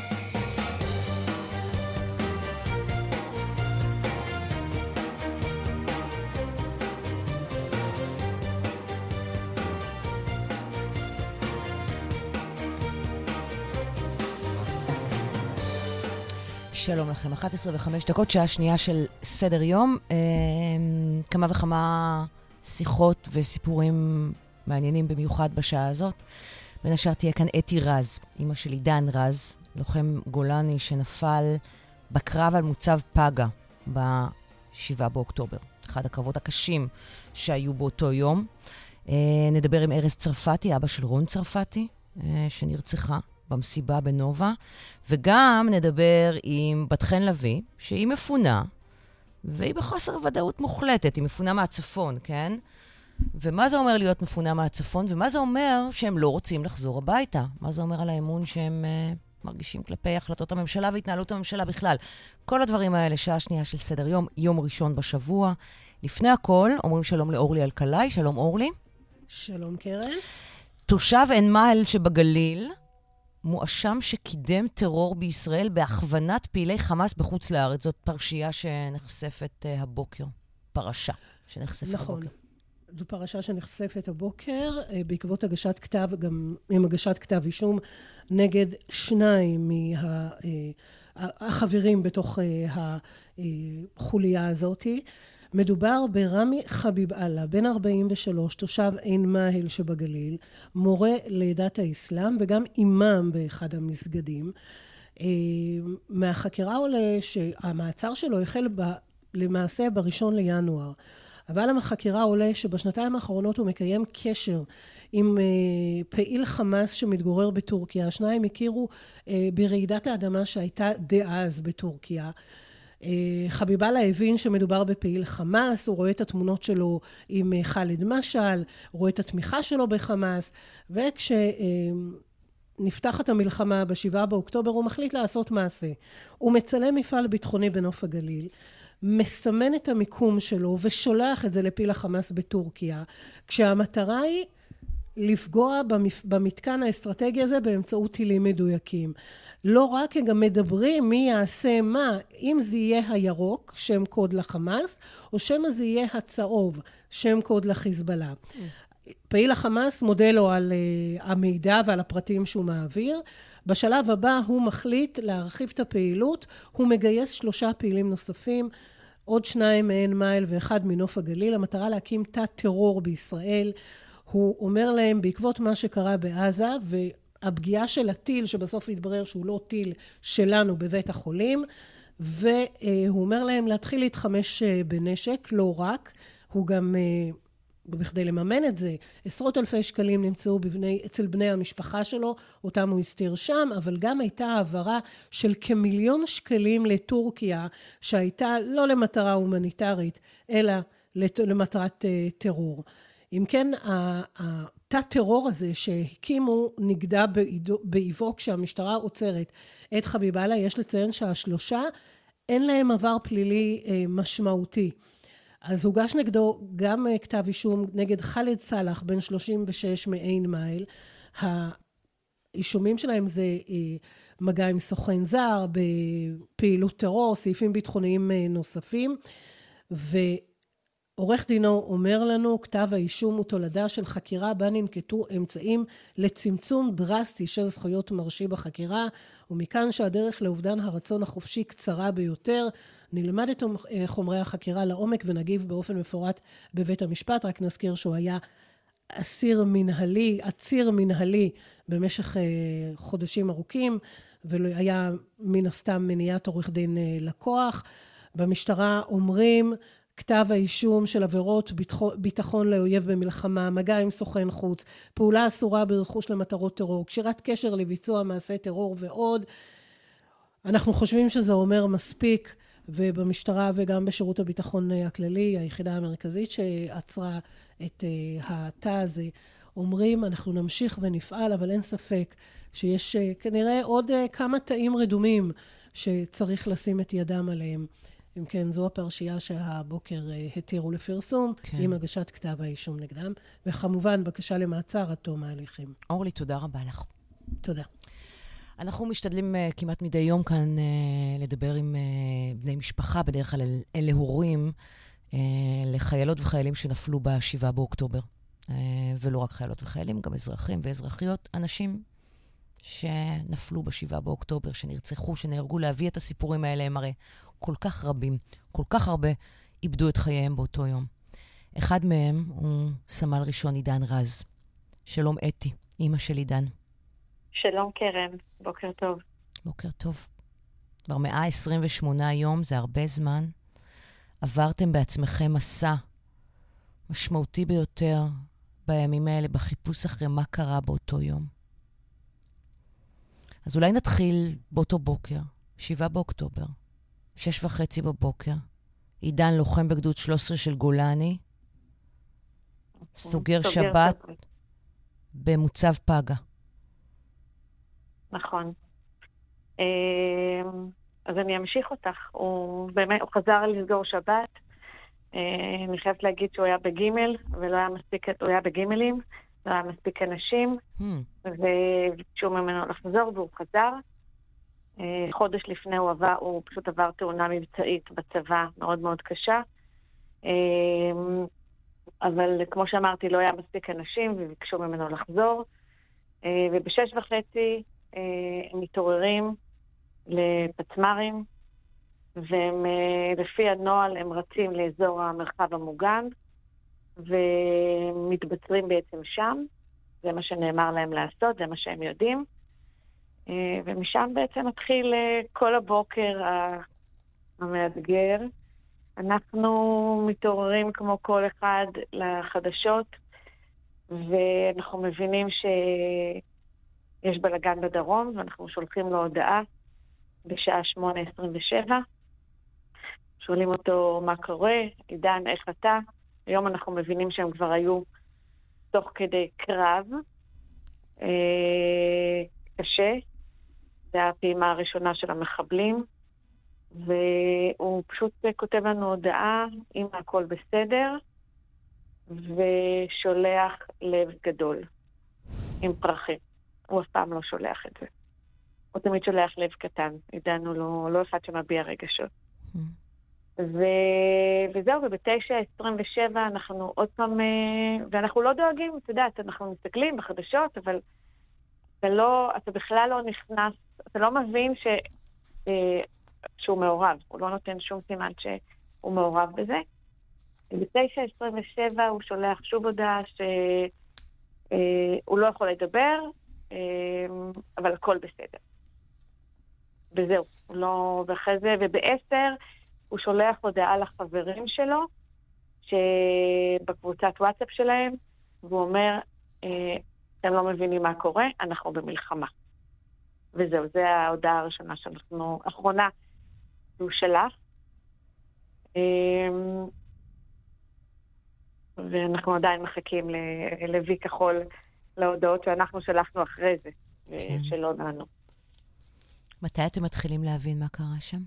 שלום לכם, 11:05, שעה שנייה של סדר יום. כמה וכמה שיחות וסיפורים מעניינים במיוחד בשעה הזאת. בין השאר תהיה כאן אתי רז, אמא של עידן רז, לוחם גולני שנפל בקרב על מוצב פגה ב-7 באוקטובר. אחד הקרבות הקשים שהיו באותו יום. נדבר עם ארז צרפתי, אבא של רון צרפתי, שנרצחה במסיבה בנובה, וגם נדבר עם בת חן לוי, שהיא מפונה, והיא בחוסר ודאות מוחלטת, היא מפונה מהצפון, כן? ומה זה אומר להיות מפונה מהצפון, ומה זה אומר שהם לא רוצים לחזור הביתה? מה זה אומר על האמון שהם מרגישים כלפי החלטות הממשלה והתנהלות הממשלה בכלל. כל הדברים האלה, שעה שנייה של סדר יום, יום ראשון בשבוע. לפני הכל, אומרים שלום לאורלי אלקלעי. שלום אורלי. שלום קרן. תושב עין מאהל שבגליל, מואשם שקידם טרור בישראל בהכוונת פעילי חמאס בחוץ לארץ. זאת פרשייה שנחשפת הבוקר. פרשה שנחשפת נכון. הבוקר. זו פרשה שנחשפת הבוקר, בעקבות הגשת כתב, גם עם הגשת כתב אישום, נגד 2 מהחברים בתוך החוליה הזאת. מדובר ברמי חביב אללה, בן 43, תושב עין מאהל שבגליל, מורה לעדת האסלאם וגם אימאם באחד המסגדים. מהחקירה עולה שהמעצר שלו החל למעשה ב1 לינואר. אבל החקירה עולה שבשנתיים האחרונות הוא מקיים קשר עם פעיל חמאס שמתגורר בטורקיה. השניים הכירו ברעידת האדמה שהייתה דאז בטורקיה. חביבאללה הבין שמדובר בפעיל חמאס, הוא רואה את התמונות שלו עם חאלד משעל, הוא רואה את התמיכה שלו בחמאס, וכשנפתחת המלחמה ב7 באוקטובר הוא מחליט לעשות מעשה. הוא מצלם מפעל ביטחוני בנוף הגליל, מסמן את המיקום שלו ושולח את זה לפעיל החמאס בטורקיה, כשהמטרה היא לפגוע במתקן האסטרטגי הזה באמצעות טילים מדויקים. לא רק, הם גם מדברים מי יעשה מה, אם זה יהיה הירוק, שם קוד לחמאס, או שמה זה יהיה הצהוב, שם קוד לחיזבאללה. פעיל החמאס מודה לו על המידע ועל הפרטים שהוא מעביר. בשלב הבא הוא מחליט להרחיב את הפעילות, הוא מגייס 3 פעילים נוספים, עוד 2 מעין מאהל ו1 מנוף הגליל, המטרה להקים תא טרור בישראל. הוא אומר להם, בעקבות מה שקרה בעזה, והפגיעה של הטיל, שבסוף התברר שהוא לא טיל שלנו בבית החולים, והוא אומר להם להתחיל להתחמש בנשק, לא רק, הוא גם, בכדי לממן את זה, עשרות אלפי שקלים נמצאו אצל בני המשפחה שלו, אותם הוא הסתיר שם, אבל גם הייתה העברה של כ1,000,000 שקלים לטורקיה, שהייתה לא למטרה הומניטרית, אלא למטרת טרור. אם כן, התא טרור הזה שהקימו נגדע באיבו כשהמשטרה עוצרת את חביבאללה. יש לציין שה3 אין להם עבר פלילי משמעותי. אז הוגש נגדו גם כתב אישום נגד חאלד סלאח, בן 36 מעין מאהל. האישומים שלהם זה מגע עם סוכן זר, בפעילות טרור, סעיפים ביטחוניים נוספים, עורך דינו אומר לנו, כתב האישום הוא תולדה של חקירה בה ננקטו אמצעים לצמצום דרסטי של זכויות מרשי בחקירה, ומכאן שהדרך לאובדן הרצון החופשי קצרה ביותר. נלמד את חומרי החקירה לעומק ונגיב באופן מפורט בבית המשפט. רק נזכיר שהוא היה עציר מנהלי במשך חודשים ארוכים, והיה מן הסתם מניעת עורך דין לקוח. במשטרה אומרים, כתב האישום של עבירות ביטחון לאויב במלחמה, מגע עם סוכן חוץ, פעולה אסורה ברכוש למטרות טרור, קשירת קשר לביצוע מעשי טרור ועוד. אנחנו חושבים שזה אומר מספיק, ובמשטרה וגם בשירות הביטחון הכללי, היחידה המרכזית שעצרה את התא הזה, אומרים אנחנו נמשיך ונפעל, אבל אין ספק שיש כנראה עוד כמה תאים רדומים שצריך לשים את ידם עליהם. אם כן, זו הפרשייה שהבוקר התירו לפרסום, כן. עם הגשת כתב האישום נגדם, וכמובן בקשה למעצר עד תום ההליכים. אורלי, תודה רבה לך. תודה. אנחנו משתדלים כמעט מדי יום כאן לדבר עם בני משפחה, בדרך כלל אלה הורים, לחיילות וחיילים שנפלו ב7 באוקטובר. ולא רק חיילות וחיילים, גם אזרחים ואזרחיות, אנשים שנפלו ב7 באוקטובר, שנרצחו, שנהרגו. להביא את הסיפורים האלה הם הרי כל כך רבים, כל כך הרבה איבדו את חייהם באותו יום. אחד מהם הוא סמל ראשון עידן רז. שלום אתי, אמא של עידן. שלום קרן, בוקר טוב. בוקר טוב. כבר 128 יום, זה הרבה זמן. עברתם בעצמכם מסע משמעותי ביותר בימים האלה, בחיפוש אחרי מה קרה באותו יום. אז אולי נתחיל באותו בוקר, 7 באוקטובר, 6:30 בבוקר. עידן לוחם בגדוד 13 של גולני, סוגר שבת במוצב פגה. נכון. אז אני אמשיך אותך. הוא חזר לסגור שבת. אני חייבת להגיד שהוא היה בגימל, ולא היה מספיק, הוא היה בגימלים, לא היה מספיק אנשים, וביקשו ממנו לחזור, והוא חזר. חודש לפני הוא פשוט עבר תאונה מבצעית בצבא מאוד מאוד קשה. אבל כמו שאמרתי, לא היה מספיק אנשים, וביקשו ממנו לחזור. וב6:30 הם מתעוררים לפצמרים, והם, לפי הנועל, הם רצים לאזור המרחב המוגן, ומתבצרים בעצם שם. זה מה שנאמר להם לעשות, זה מה שהם יודעים. ומשם בעצם מתחיל כל הבוקר המאתגר. אנחנו מתעוררים כמו כל אחד לחדשות, ואנחנו מבינים שיש בלגן בדרום, ואנחנו שולחים לו הודעה בשעה 8:27. שואלים אותו מה קורה, עידן, איך אתה? היום אנחנו מבינים שהם כבר היו תוך כדי קרב קשה. זה הפעימה הראשונה של המחבלים, והוא פשוט כותב לנו הודעה אם הכל בסדר, ושולח לב גדול עם פרחים. הוא אף פעם לא שולח את זה. הוא תמיד שולח לב קטן. עידן הוא לא אחד שמביע רגשות. וזהו, וב9:27 אנחנו עוד פעם, ואנחנו לא דואגים, אתה יודעת, אנחנו מסתכלים בחדשות, אבל אתה בכלל לא נכנס, אתה לא מבין שהוא מעורב, הוא לא נותן שום סימן שהוא מעורב בזה. ב9:27 הוא שולח שוב הודעה שהוא לא יכול לדבר, אבל הכל בסדר. וזהו, ואחרי זה, וב10 הוא שולח הודעה לחברים שלו, שבקבוצת וואטסאפ שלהם, והוא אומר, אתם לא מבינים מה קורה, אנחנו במלחמה. וזהו, זו ההודעה הראשונה האחרונה שהוא שלח. ואנחנו עדיין מחכים לוי כחול, להודעות שאנחנו שלחנו אחרי זה, שלא נענו. מתי אתם מתחילים להבין מה קרה שם?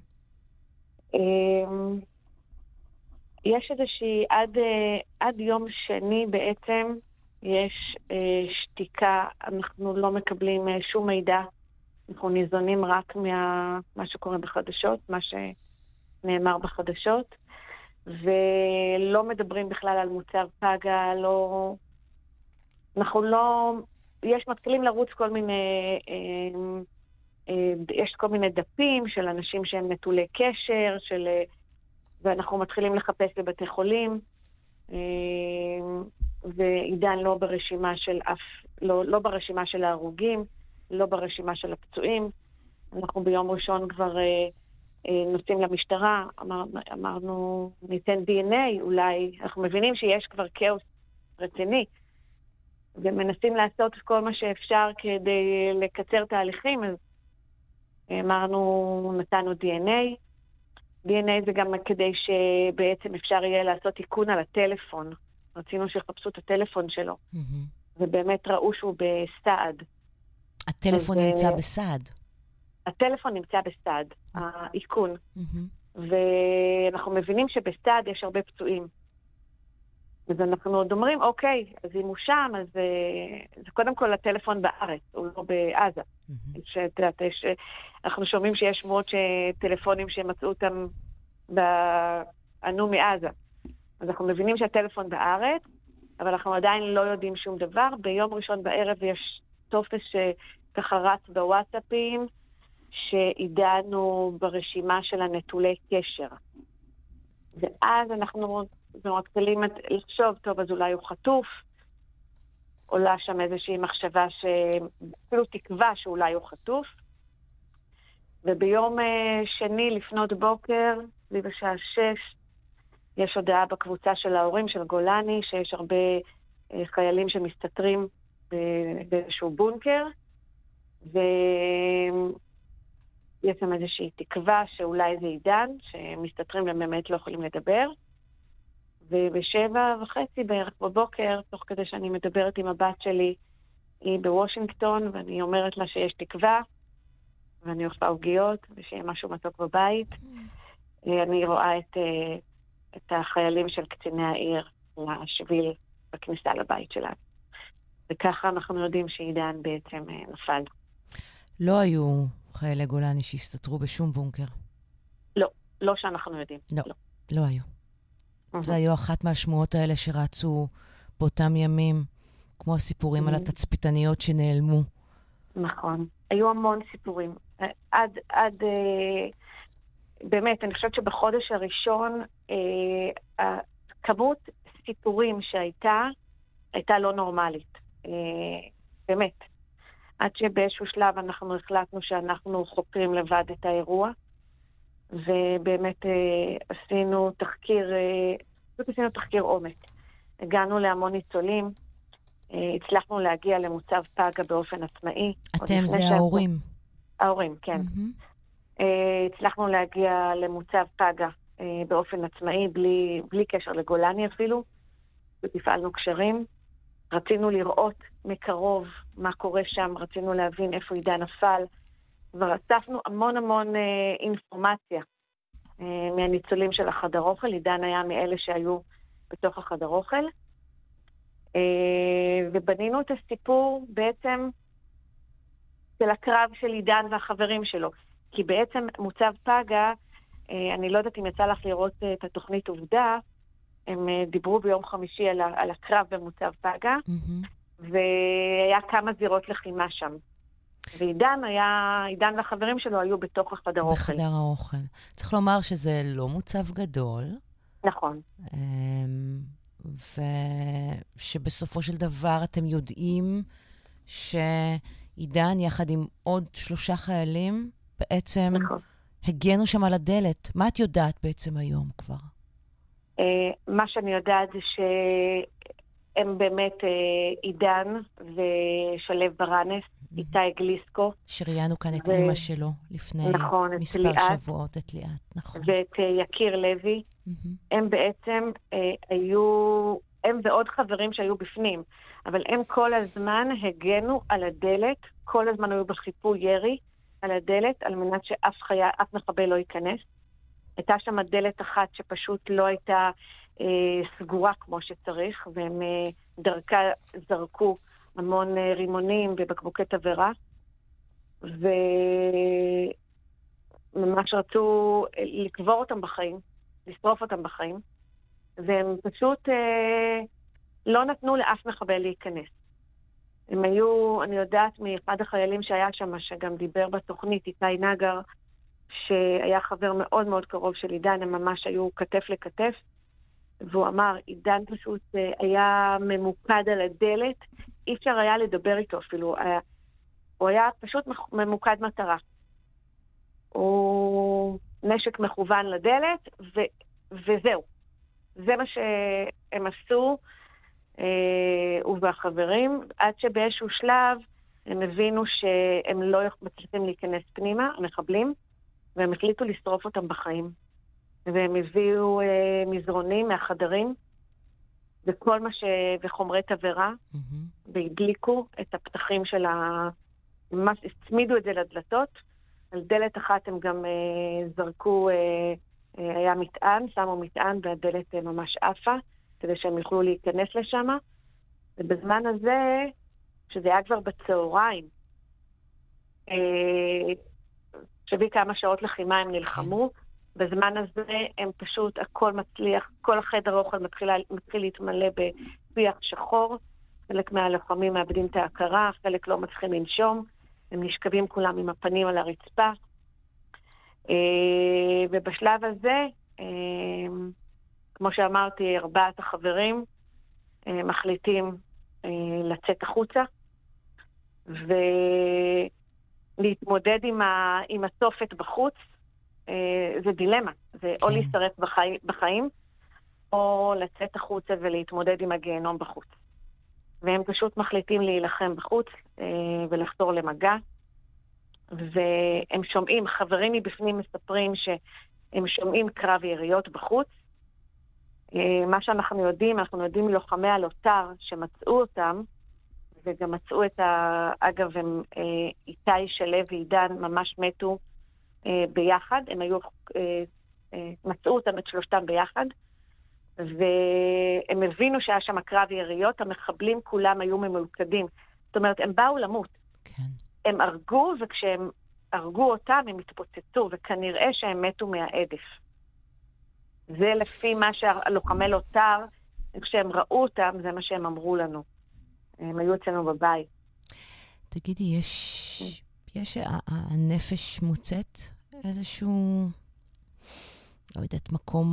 יש איזושהי, עד יום שני בעצם, יש שתיקה, אנחנו לא מקבלים שום מידע, אנחנו ניזונים רק מה שקורה בחדשות, מה שנאמר בחדשות, ולא מדברים בכלל על מוצר פגה, אנחנו לא, מתחילים לרוץ כל מיני, יש כל מיני דפים של אנשים שהם נטולי קשר, ואנחנו מתחילים לחפש בבתי חולים, ועידן לא ברשימה של לא ברשימה של ההרוגים, לא ברשימה של הפצועים. אנחנו ביום ראשון כבר נוסעים למשטרה, אמרנו ניתן DNA, אולי אנחנו מבינים שיש כבר כאוס רציני, ומנסים לעשות כל מה שאפשר כדי לקצר תהליכים, אז אמרנו נתנו DNA. DNA זה גם כדי שבעצם אפשר יהיה לעשות תיקון על הטלפון. רצינו שיחפשו את הטלפון שלו. ובאמת ראו שהוא בסעד. הטלפון נמצא בסעד? הטלפון נמצא בסעד, האיכון. ואנחנו מבינים שבסעד יש הרבה פצועים. אז אנחנו עוד אומרים, אוקיי, אז אם הוא שם, אז זה קודם כל הטלפון בארץ, הוא לא בעזה. אנחנו שומעים שיש שמועות שטלפונים שמצאו אותם ענו מעזה. אז אנחנו מבינים שהטלפון בארץ, אבל אנחנו עדיין לא יודעים שום דבר. ביום ראשון בערב יש טופס שככה רץ בוואטסאפים, שהידענו ברשימה של הנטולי קשר. ואז אנחנו מתחילים לחשוב, טוב, אז אולי הוא חטוף, עולה שם איזושהי מחשבה, אפילו תקווה שאולי הוא חטוף. וביום שני לפנות בוקר, סביב השעה 6, יש הודעה בקבוצה של ההורים של גולני, שיש הרבה חיילים שמסתתרים באיזשהו בונקר, ויש שם איזושהי תקווה שאולי זה עידן, שמסתתרים והם באמת לא יכולים לדבר. וב7:30 בערך בבוקר, תוך כדי שאני מדברת עם הבת שלי, היא בוושינגטון, ואני אומרת לה שיש תקווה, ואני אופה עוגיות, ושיהיה משהו מתוק בבית. אני רואה את החיילים של קציני העיר לשביל בכניסה לבית שלנו. וככה אנחנו יודעים שעידן בעצם נפל. לא היו חיילי גולני שהסתתרו בשום בונקר? לא שאנחנו יודעים. לא היו. זה היו אחת מהשמועות האלה שרצו באותם ימים, כמו הסיפורים על התצפיתניות שנעלמו. נכון. היו המון סיפורים. עד באמת, אני חושבת שבחודש הראשון, כמות סיפורים הייתה לא נורמלית. באמת. עד שבאיזשהו שלב אנחנו החלטנו שאנחנו חוקרים לבד את האירוע, ובאמת עשינו תחקיר עומק. הגענו להמון ניצולים, הצלחנו להגיע למוצב פגה באופן עצמאי. אתם זה ההורים? ההורים, כן. הצלחנו להגיע למוצב פגה באופן עצמאי, בלי קשר לגולני אפילו, ותפעלנו קשרים. רצינו לראות מקרוב מה קורה שם, רצינו להבין איפה עידן נפל, ורצפנו המון אינפורמציה מהניצולים של החדר אוכל. עידן היה מאלה שהיו בתוך החדר אוכל, ובנינו את הסיפור בעצם של הקרב של עידן והחברים שלו. כי בעצם מוצב פגה, אני לא יודעת אם יצא לך לראות את התוכנית עובדה, הם דיברו ביום חמישי על הקרב במוצב פגה, והיה כמה זירות לחימה שם. ועידן והחברים שלו היו בתוך החדר האוכל. בחדר האוכל. צריך לומר שזה לא מוצב גדול. נכון. ושבסופו של דבר אתם יודעים שעידן יחד עם עוד 3 חיילים בעצם הגנו שם על הדלת. מה את יודעת בעצם היום כבר? מה שאני יודעת זה שהם באמת עידן ושלב ברנס, איתי גליסקו. שראיינו כאן את אמא שלו לפני מספר שבועות, את ליאת, נכון. ואת יקיר לוי. הם בעצם הם ועוד חברים שהיו בפנים, אבל הם כל הזמן הגנו על הדלת, כל הזמן היו בחיפוי ירי על הדלת, על מנת שאף מחבל לא ייכנס. הייתה שם דלת אחת שפשוט לא הייתה סגורה כמו שצריך, והם דרכה זרקו המון רימונים ובקבוקי תבערה, וממש רצו לקבור אותם בחיים, לשרוף אותם בחיים, והם פשוט לא נתנו לאף מחבל להיכנס. הם היו, אני יודעת מאחד החיילים שהיה שם, שגם דיבר בתוכנית, איתי נגר, שהיה חבר מאוד מאוד קרוב של עידן, הם ממש היו כתף לכתף, והוא אמר, עידן פשוט היה ממוקד על הדלת, אי אפשר היה לדבר איתו אפילו, הוא היה פשוט ממוקד מטרה. הוא נשק מכוון לדלת, וזהו. זה מה שהם עשו, הוא והחברים, עד שבאיזשהו שלב הם הבינו שהם לא מצליחים להיכנס פנימה, המחבלים, והם החליטו לשרוף אותם בחיים. והם הביאו מזרונים מהחדרים, וחומרי תבערה, והדליקו את הפתחים של ממש הצמידו את זה לדלתות. על דלת אחת הם גם זרקו, היה מטען, שמו מטען, והדלת ממש עפה, כדי שהם יוכלו להיכנס לשם. ובזמן הזה, שזה היה כבר בצהריים, שבי כמה שעות לחימה הם נלחמו, בזמן הזה הם פשוט, הכל מצליח, כל החדר האוכל מתחיל להתמלא בפיח שחור, חלק מהלוחמים מאבדים את ההכרה, חלק לא מצליחים לנשום, הם נשכבים כולם עם הפנים על הרצפה, ובשלב הזה, כמו שאמרתי, 4 החברים מחליטים לצאת החוצה, ולהתמודד עם התופת בחוץ. זה דילמה, זה או להישרף בחיים, או לצאת החוצה ולהתמודד עם הגיהנום בחוץ. והם פשוט מחליטים להילחם בחוץ ולחתור למגע, והם שומעים, חברים מבפנים מספרים שהם שומעים קרב יריות בחוץ. מה שאנחנו יודעים, אנחנו יודעים מלוחמי הלוטר שמצאו אותם, וגם מצאו אגב, הם, איתי, שלו ועידן ממש מתו ביחד, הם היו, מצאו אותם את שלושתם ביחד, והם הבינו שהיה שם קרב יריות, המחבלים כולם היו ממולכדים. זאת אומרת, הם באו למות. כן. הם הרגו, וכשהם הרגו אותם, הם התפוצצו, וכנראה שהם מתו מהעדף. זה לפי מה שהלוחמי לוטר, כשהם ראו אותם, זה מה שהם אמרו לנו. הם היו אצלנו בבית. תגידי, יש הנפש מוצאת איזשהו, לא יודעת, מקום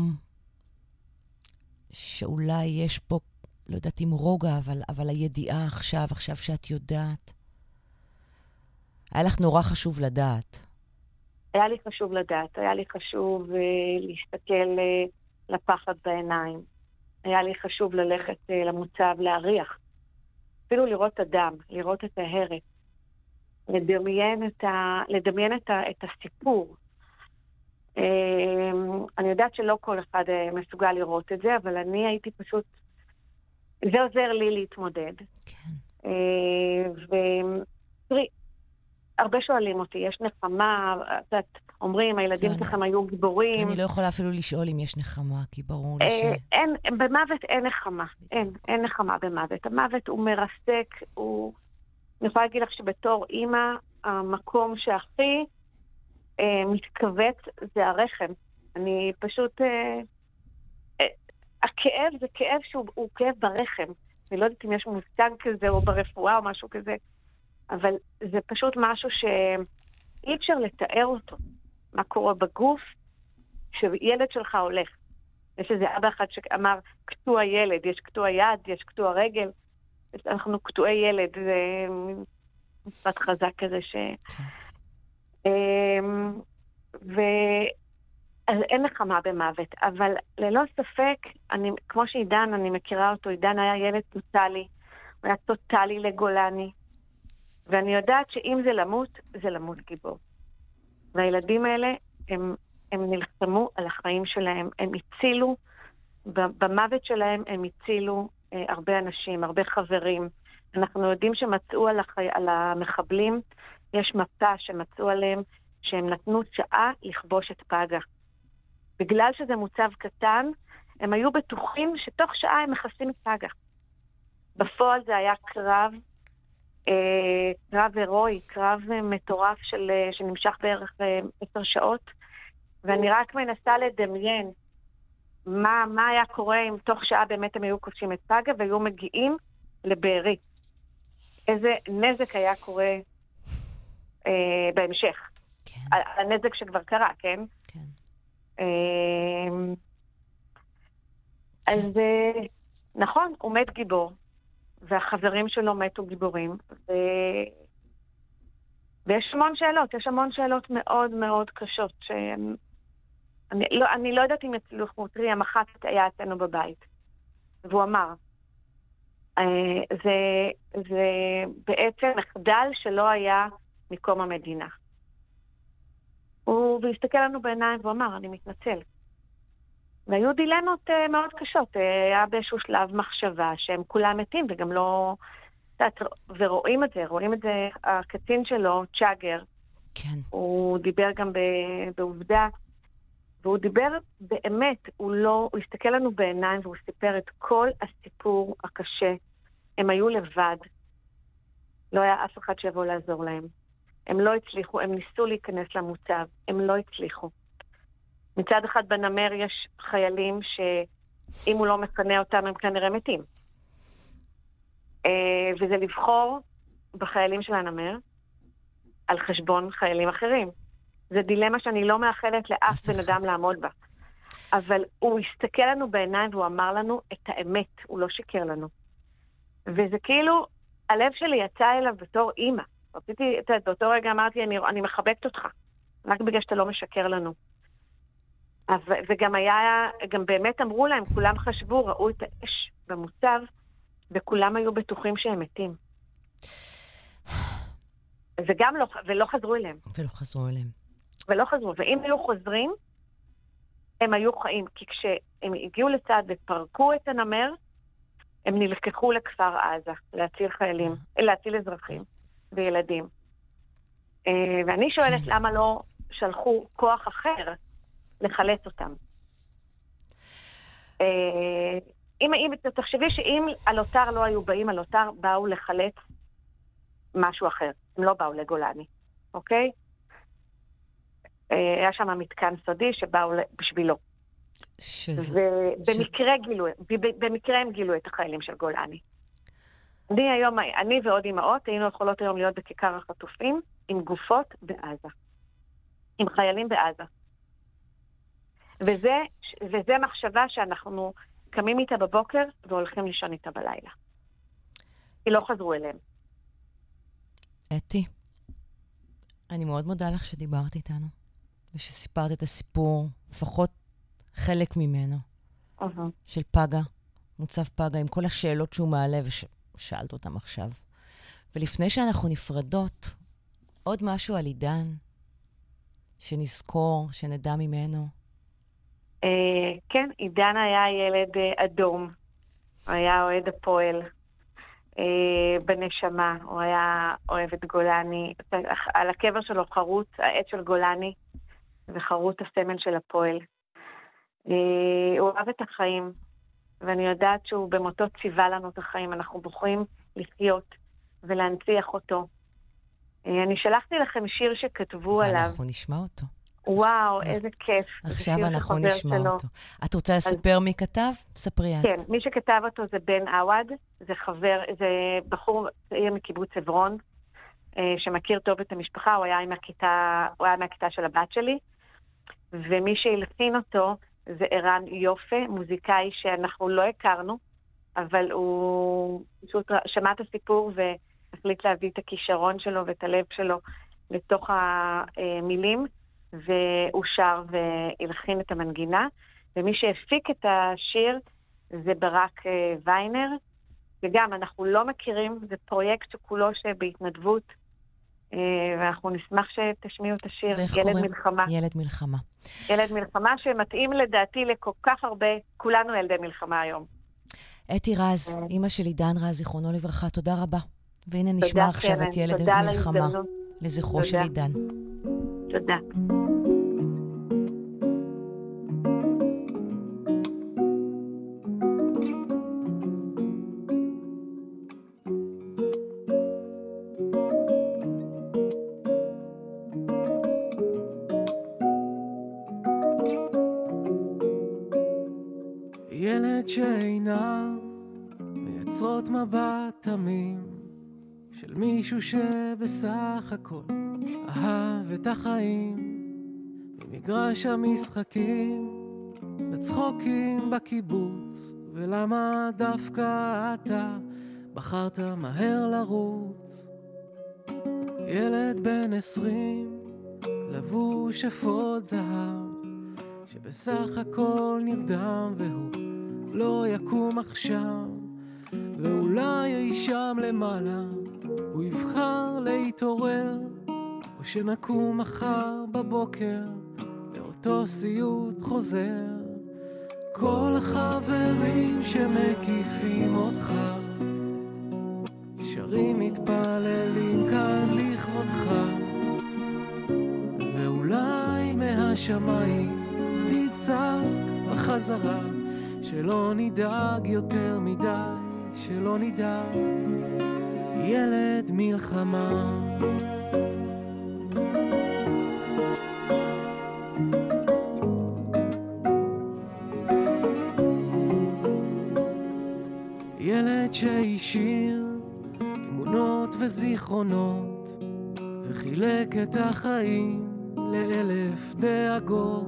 שאולי יש פה, לא יודעת אם רוגע, אבל הידיעה עכשיו שאת יודעת. היה לך נורא חשוב לדעת. היה לי חשוב לדעת, היה לי חשוב להסתכל לפחד בעיניים. היה לי חשוב ללכת למוצב, להריח. אפילו לראות אדם, לראות את ההרס. לדמיין את הסיפור. אני יודעת שלא כל אחד מסוגל לראות את זה, אבל אני הייתי פשוט, זה עוזר לי להתמודד. כן. ותראי, הרבה שואלים אותי, יש נחמה, אומרים, הילדים שלכם היו גיבורים. אני לא יכולה אפילו לשאול אם יש נחמה, כי ברור לי ש... במוות אין נחמה. אין נחמה במוות. המוות הוא מרסק, אני יכולה להגיד לך שבתור אימא, המקום שהכי מתכווץ זה הרחם. אני פשוט... הכאב זה כאב שהוא כאב ברחם. אני לא יודעת אם יש מושג כזה או ברפואה או משהו כזה, אבל זה פשוט משהו שאי אפשר לתאר אותו. מה קורה בגוף שילד שלך הולך. יש איזה אבא אחד שאמר, קטוע ילד, יש קטוע יד, יש קטוע רגל. אנחנו קטועי ילד, זה משפט חזק כזה ש... אז אין נחמה במוות, אבל ללא ספק, כמו שעידן, אני מכירה אותו, עידן היה ילד טוטלי, הוא היה טוטלי לגולני, ואני יודעת שאם זה למות, זה למות גיבור. והילדים האלה, הם נלחמו על החיים שלהם, הם הצילו, במוות שלהם הם הצילו הרבה אנשים, הרבה חברים. אנחנו יודעים שמצאו על המחבלים, יש מפה שמצאו עליהם, שהם נתנו שעה לכבוש את פגה. בגלל שזה מוצב קטן, הם היו בטוחים שתוך שעה הם מכסים את פגה. בפועל זה היה קרב הירואי, קרב מטורף שנמשך בערך 10 שעות, ואני רק מנסה לדמיין מה היה קורה אם תוך שעה באמת הם היו כובשים את פגה והיו מגיעים לבארי. איזה נזק היה קורה בהמשך. כן. הנזק שכבר קרה, כן? כן. אז נכון, הוא מת גיבור, והחברים שלו מתו גיבורים, ויש המון שאלות מאוד מאוד קשות, אני לא יודעת אם יצליחו, תראי, המח"ט היה אצלנו בבית, והוא אמר, זה בעצם מחדל שלא היה מקום המדינה. והסתכל לנו בעיניים ואמר, אני מתנצל. והיו דילמות מאוד קשות. היה באיזשהו שלב מחשבה שהם כולם מתים, וגם לא... ורואים את זה, הקצין שלו, צ'אגר, כן. הוא דיבר גם בעובדה, והוא דיבר באמת, הוא הסתכל לנו בעיניים, והוא סיפר את כל הסיפור הקשה. הם היו לבד. לא היה אף אחד שיבוא לעזור להם. הם לא הצליחו, הם ניסו להיכנס למוצב, הם לא הצליחו. מצד אחד בנמר יש חיילים שאם הוא לא מפנה אותם הם כנראה מתים. וזה לבחור בחיילים של הנמר על חשבון חיילים אחרים. זה דילמה שאני לא מאחלת לאף בן אדם לעמוד בה. אבל הוא הסתכל לנו בעיניים והוא אמר לנו את האמת, הוא לא שיקר לנו. וזה כאילו, הלב שלי יצא אליו בתור אימא. באותו רגע אמרתי, אני מחבקת אותך, רק בגלל שאתה לא משקר לנו. וגם גם באמת אמרו להם, כולם חשבו, ראו את האש במוצב, וכולם היו בטוחים שהם מתים. וגם ולא חזרו אליהם. ולא חזרו. ואם היו חוזרים, הם היו חיים. כי כשהם הגיעו לצד ופרקו את הנמר, הם נלקחו לכפר עזה, להציל אזרחים וילדים. ואני שואלת למה לא שלחו כוח אחר לחלץ אותם. תחשבי שאם הלוטר לא היו באים, הלוטר באו לחלץ משהו אחר. הם לא באו לגולני, אוקיי? היה שם מתקן סודי שבאו בשבילו. ובמקרה הם גילו את החיילים של גולני. אני ועוד אמהות היינו יכולות היום להיות בכיכר החטופים עם גופות בעזה. עם חיילים בעזה. וזה מחשבה שאנחנו קמים איתה בבוקר והולכים לישון איתה בלילה. כי לא חזרו אליהם. אתי, אני מאוד מודה לך שדיברת איתנו, ושסיפרת את הסיפור, לפחות חלק ממנו, של פגה, מוצב פגה, עם כל השאלות שהוא מעלה, ושאלת אותם עכשיו. ולפני שאנחנו נפרדות, עוד משהו על עידן, שנזכור, שנדע ממנו. כן, עידן היה ילד אדום, הוא היה אוהד הפועל, בנשמה, הוא היה אוהב את גולני, על הקבר שלו חרוט העט של גולני, וחרוט הסמל של הפועל. הוא אוהב את החיים, ואני יודעת שהוא במותו ציווה לנו את החיים, אנחנו בוחרים לחיות ולהנציח אותו. אני שלחתי לכם שיר שכתבו עליו. ואנחנו נשמע אותו. וואו, איזה כיף. עכשיו אנחנו נשמע אותו. את רוצה לספר מי כתב? ספרי את. כן, מי שכתב אותו זה בן עווד, זה בחור צעיר מקיבוץ עברון, שמכיר טוב את המשפחה, הוא היה מהכיתה של הבת שלי, ומי שהלחין אותו זה ערן יופה, מוזיקאי שאנחנו לא הכרנו, אבל הוא פשוט שמע את הסיפור והחליט להביא את הכישרון שלו ואת הלב שלו לתוך המילים, והוא שר והלחין את המנגינה, ומי שהפיק את השיר זה ברק ויינר, וגם אנחנו לא מכירים, זה פרויקט שכולו שבהתנדבות, ואנחנו נשמח שתשמיעו את השיר, ילד מלחמה. ילד מלחמה. ילד מלחמה שמתאים לדעתי לכל כך הרבה, כולנו ילדי מלחמה היום. אתי רז, אמא של עידן רז, זיכרונו לברכה, תודה רבה. והנה נשמע עכשיו את ילד מלחמה, לזכרו של עידן. תודה. ילד שעיניו מייצרות מבט תמים של מישהו שבסך הכל אהב את החיים במגרש המשחקים לצחוקים בקיבוץ, ולמה דווקא אתה בחרת מהר לרוץ. ילד בן 20 לבוש אפוד זהב שבסך הכל נרדם והוא לא יקום עכשיו, ואולי אי שם למעלה הוא יבחר להתעורר, או שנקום מחר בבוקר לאותו סיוט חוזר. כל החברים שמקיפים אותך שרים מתפללים כאן לכבודך, ואולי מהשמיים תצעק בחזרה שלא נדאג יותר מדי, שלא נדאג. ילד מלחמה. ילד שהשאיר תמונות וזיכרונות וחילק את החיים לאלף דאגות.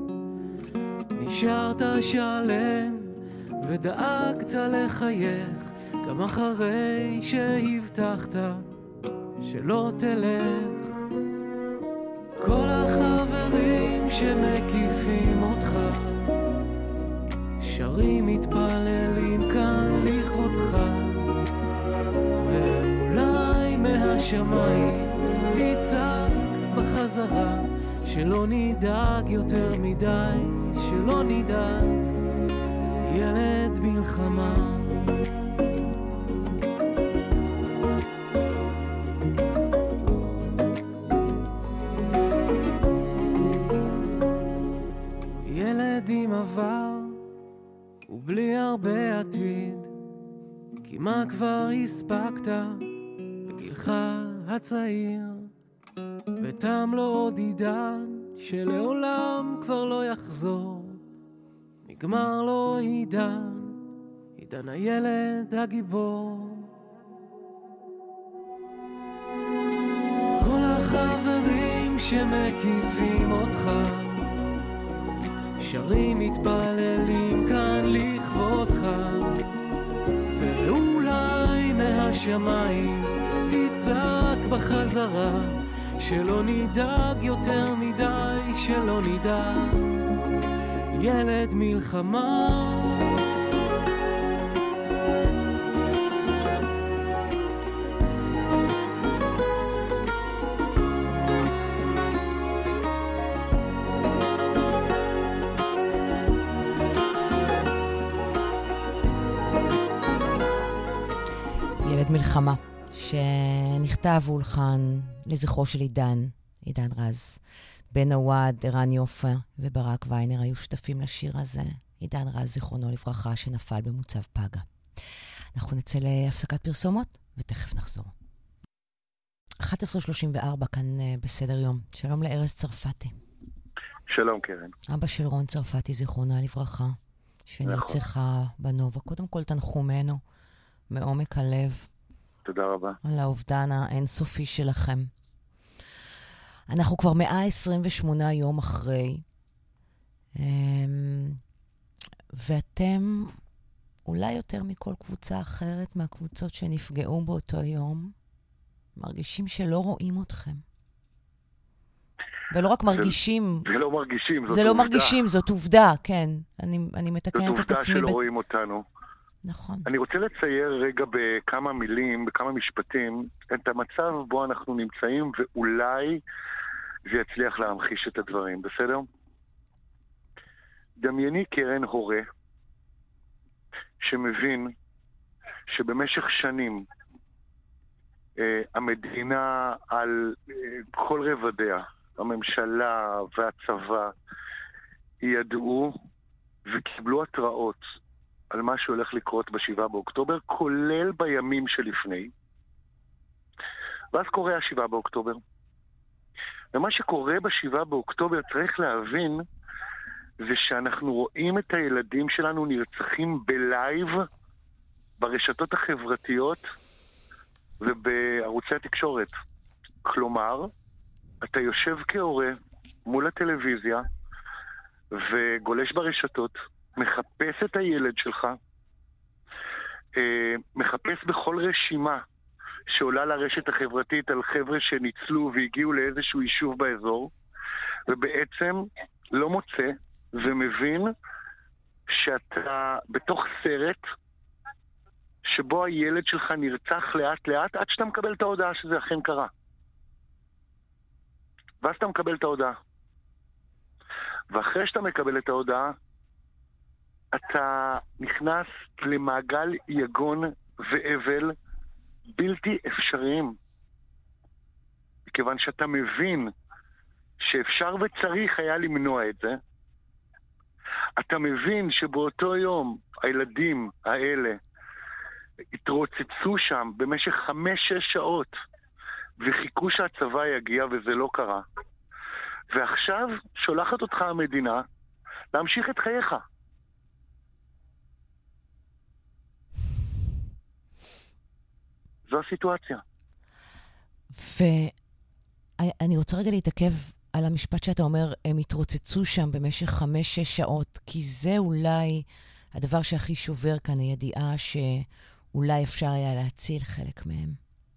נשארת שלם ודאגת לחייך גם אחרי שהבטחת שלא תלך. כל החברים שמקיפים אותך שרים מתפללים כאן לכבודך, ואולי מהשמיים תצעק בחזרה שלא נדאג יותר מדי, שלא נדאג. ילד מלחמה. כי מה כבר הספקת בגילך הצעיר, ותם לו עוד עידן שלעולם כבר לא יחזור. נגמר לו עידן הילד הגיבור. כל החברים שמקיפים אותך שרים מתפללים כאן לכבודך, ואולי מהשמיים תצעק בחזרה, שלא נדאג יותר מדי, שלא נדאג. ילד מלחמה, ילד מלחמה, שנכתב הולחן לזכרו של עידן רז. בן עווד, ערן יופה וברק ויינר היו שותפים לשיר הזה. עידן רז, זיכרונו לברכה, שנפל במוצב פגה. אנחנו נצא להפסקת פרסומות ותכף נחזור. 11:34 כאן בסדר יום. שלום לארז צרפתי. שלום קרן. אבא של רון צרפתי, זיכרונה לברכה, שנרצחה בנובה. קודם כל תנחומנו מעומק הלב. תודה רבה. על האובדן האינסופי שלכם. אנחנו כבר 128 יום אחרי, ואתם אולי יותר מכל קבוצה אחרת מהקבוצות שנפגעו באותו יום, מרגישים שלא רואים אתכם. ולא רק מרגישים. זה לא מרגישים, זאת עובדה. זה לא מרגישים, זאת עובדה, כן. אני מתקנת את עצמי. זאת עובדה שלא רואים אותנו. נכון. אני רוצה לצייר רגע בכמה מילים, בכמה משפטים, את המצב בו אנחנו נמצאים, ואולי זה יצליח להמחיש את הדברים, בסדר? דמייני קרן הורה שמבין שבמשך שנים המדינה על כל רבדיה, הממשלה והצבא, ידעו וקיבלו התראות על מה שהולך לקרות ב7 באוקטובר, כולל בימים שלפני. ואז קורה ה7 באוקטובר. ומה שקורה ב7 באוקטובר, צריך להבין, זה שאנחנו רואים את הילדים שלנו נרצחים בלייב, ברשתות החברתיות ובערוצי התקשורת. כלומר, אתה יושב כהורה מול הטלוויזיה וגולש ברשתות, מחפש את הילד שלך, מחפש בכל רשימה שעולה לרשת החברתית על חבר'ה שניצלו והגיעו לאיזשהו יישוב באזור, ובעצם לא מוצא ומבין שאתה בתוך סרט שבו הילד שלך נרצח לאט לאט עד שאתה מקבל את ההודעה שזה אכן קרה. ואז אתה מקבל את ההודעה. ואחרי שאתה מקבל את ההודעה, אתה נכנס למעגל יגון ואבל בלתי אפשריים. מכיוון שאתה מבין שאפשר וצריך היה למנוע את זה. אתה מבין שבאותו יום הילדים האלה התרוצצו שם במשך 5-6 שעות וחיכו שהצבא יגיע וזה לא קרה. ועכשיו שולחת אותך המדינה להמשיך את חייך. זו הסיטואציה. ואני רוצה רגע להתעכב על המשפט שאתה אומר, הם התרוצצו שם במשך 5-6 שעות, כי זה אולי הדבר שהכי שובר כאן, הידיעה שאולי אפשר היה להציל חלק מהם.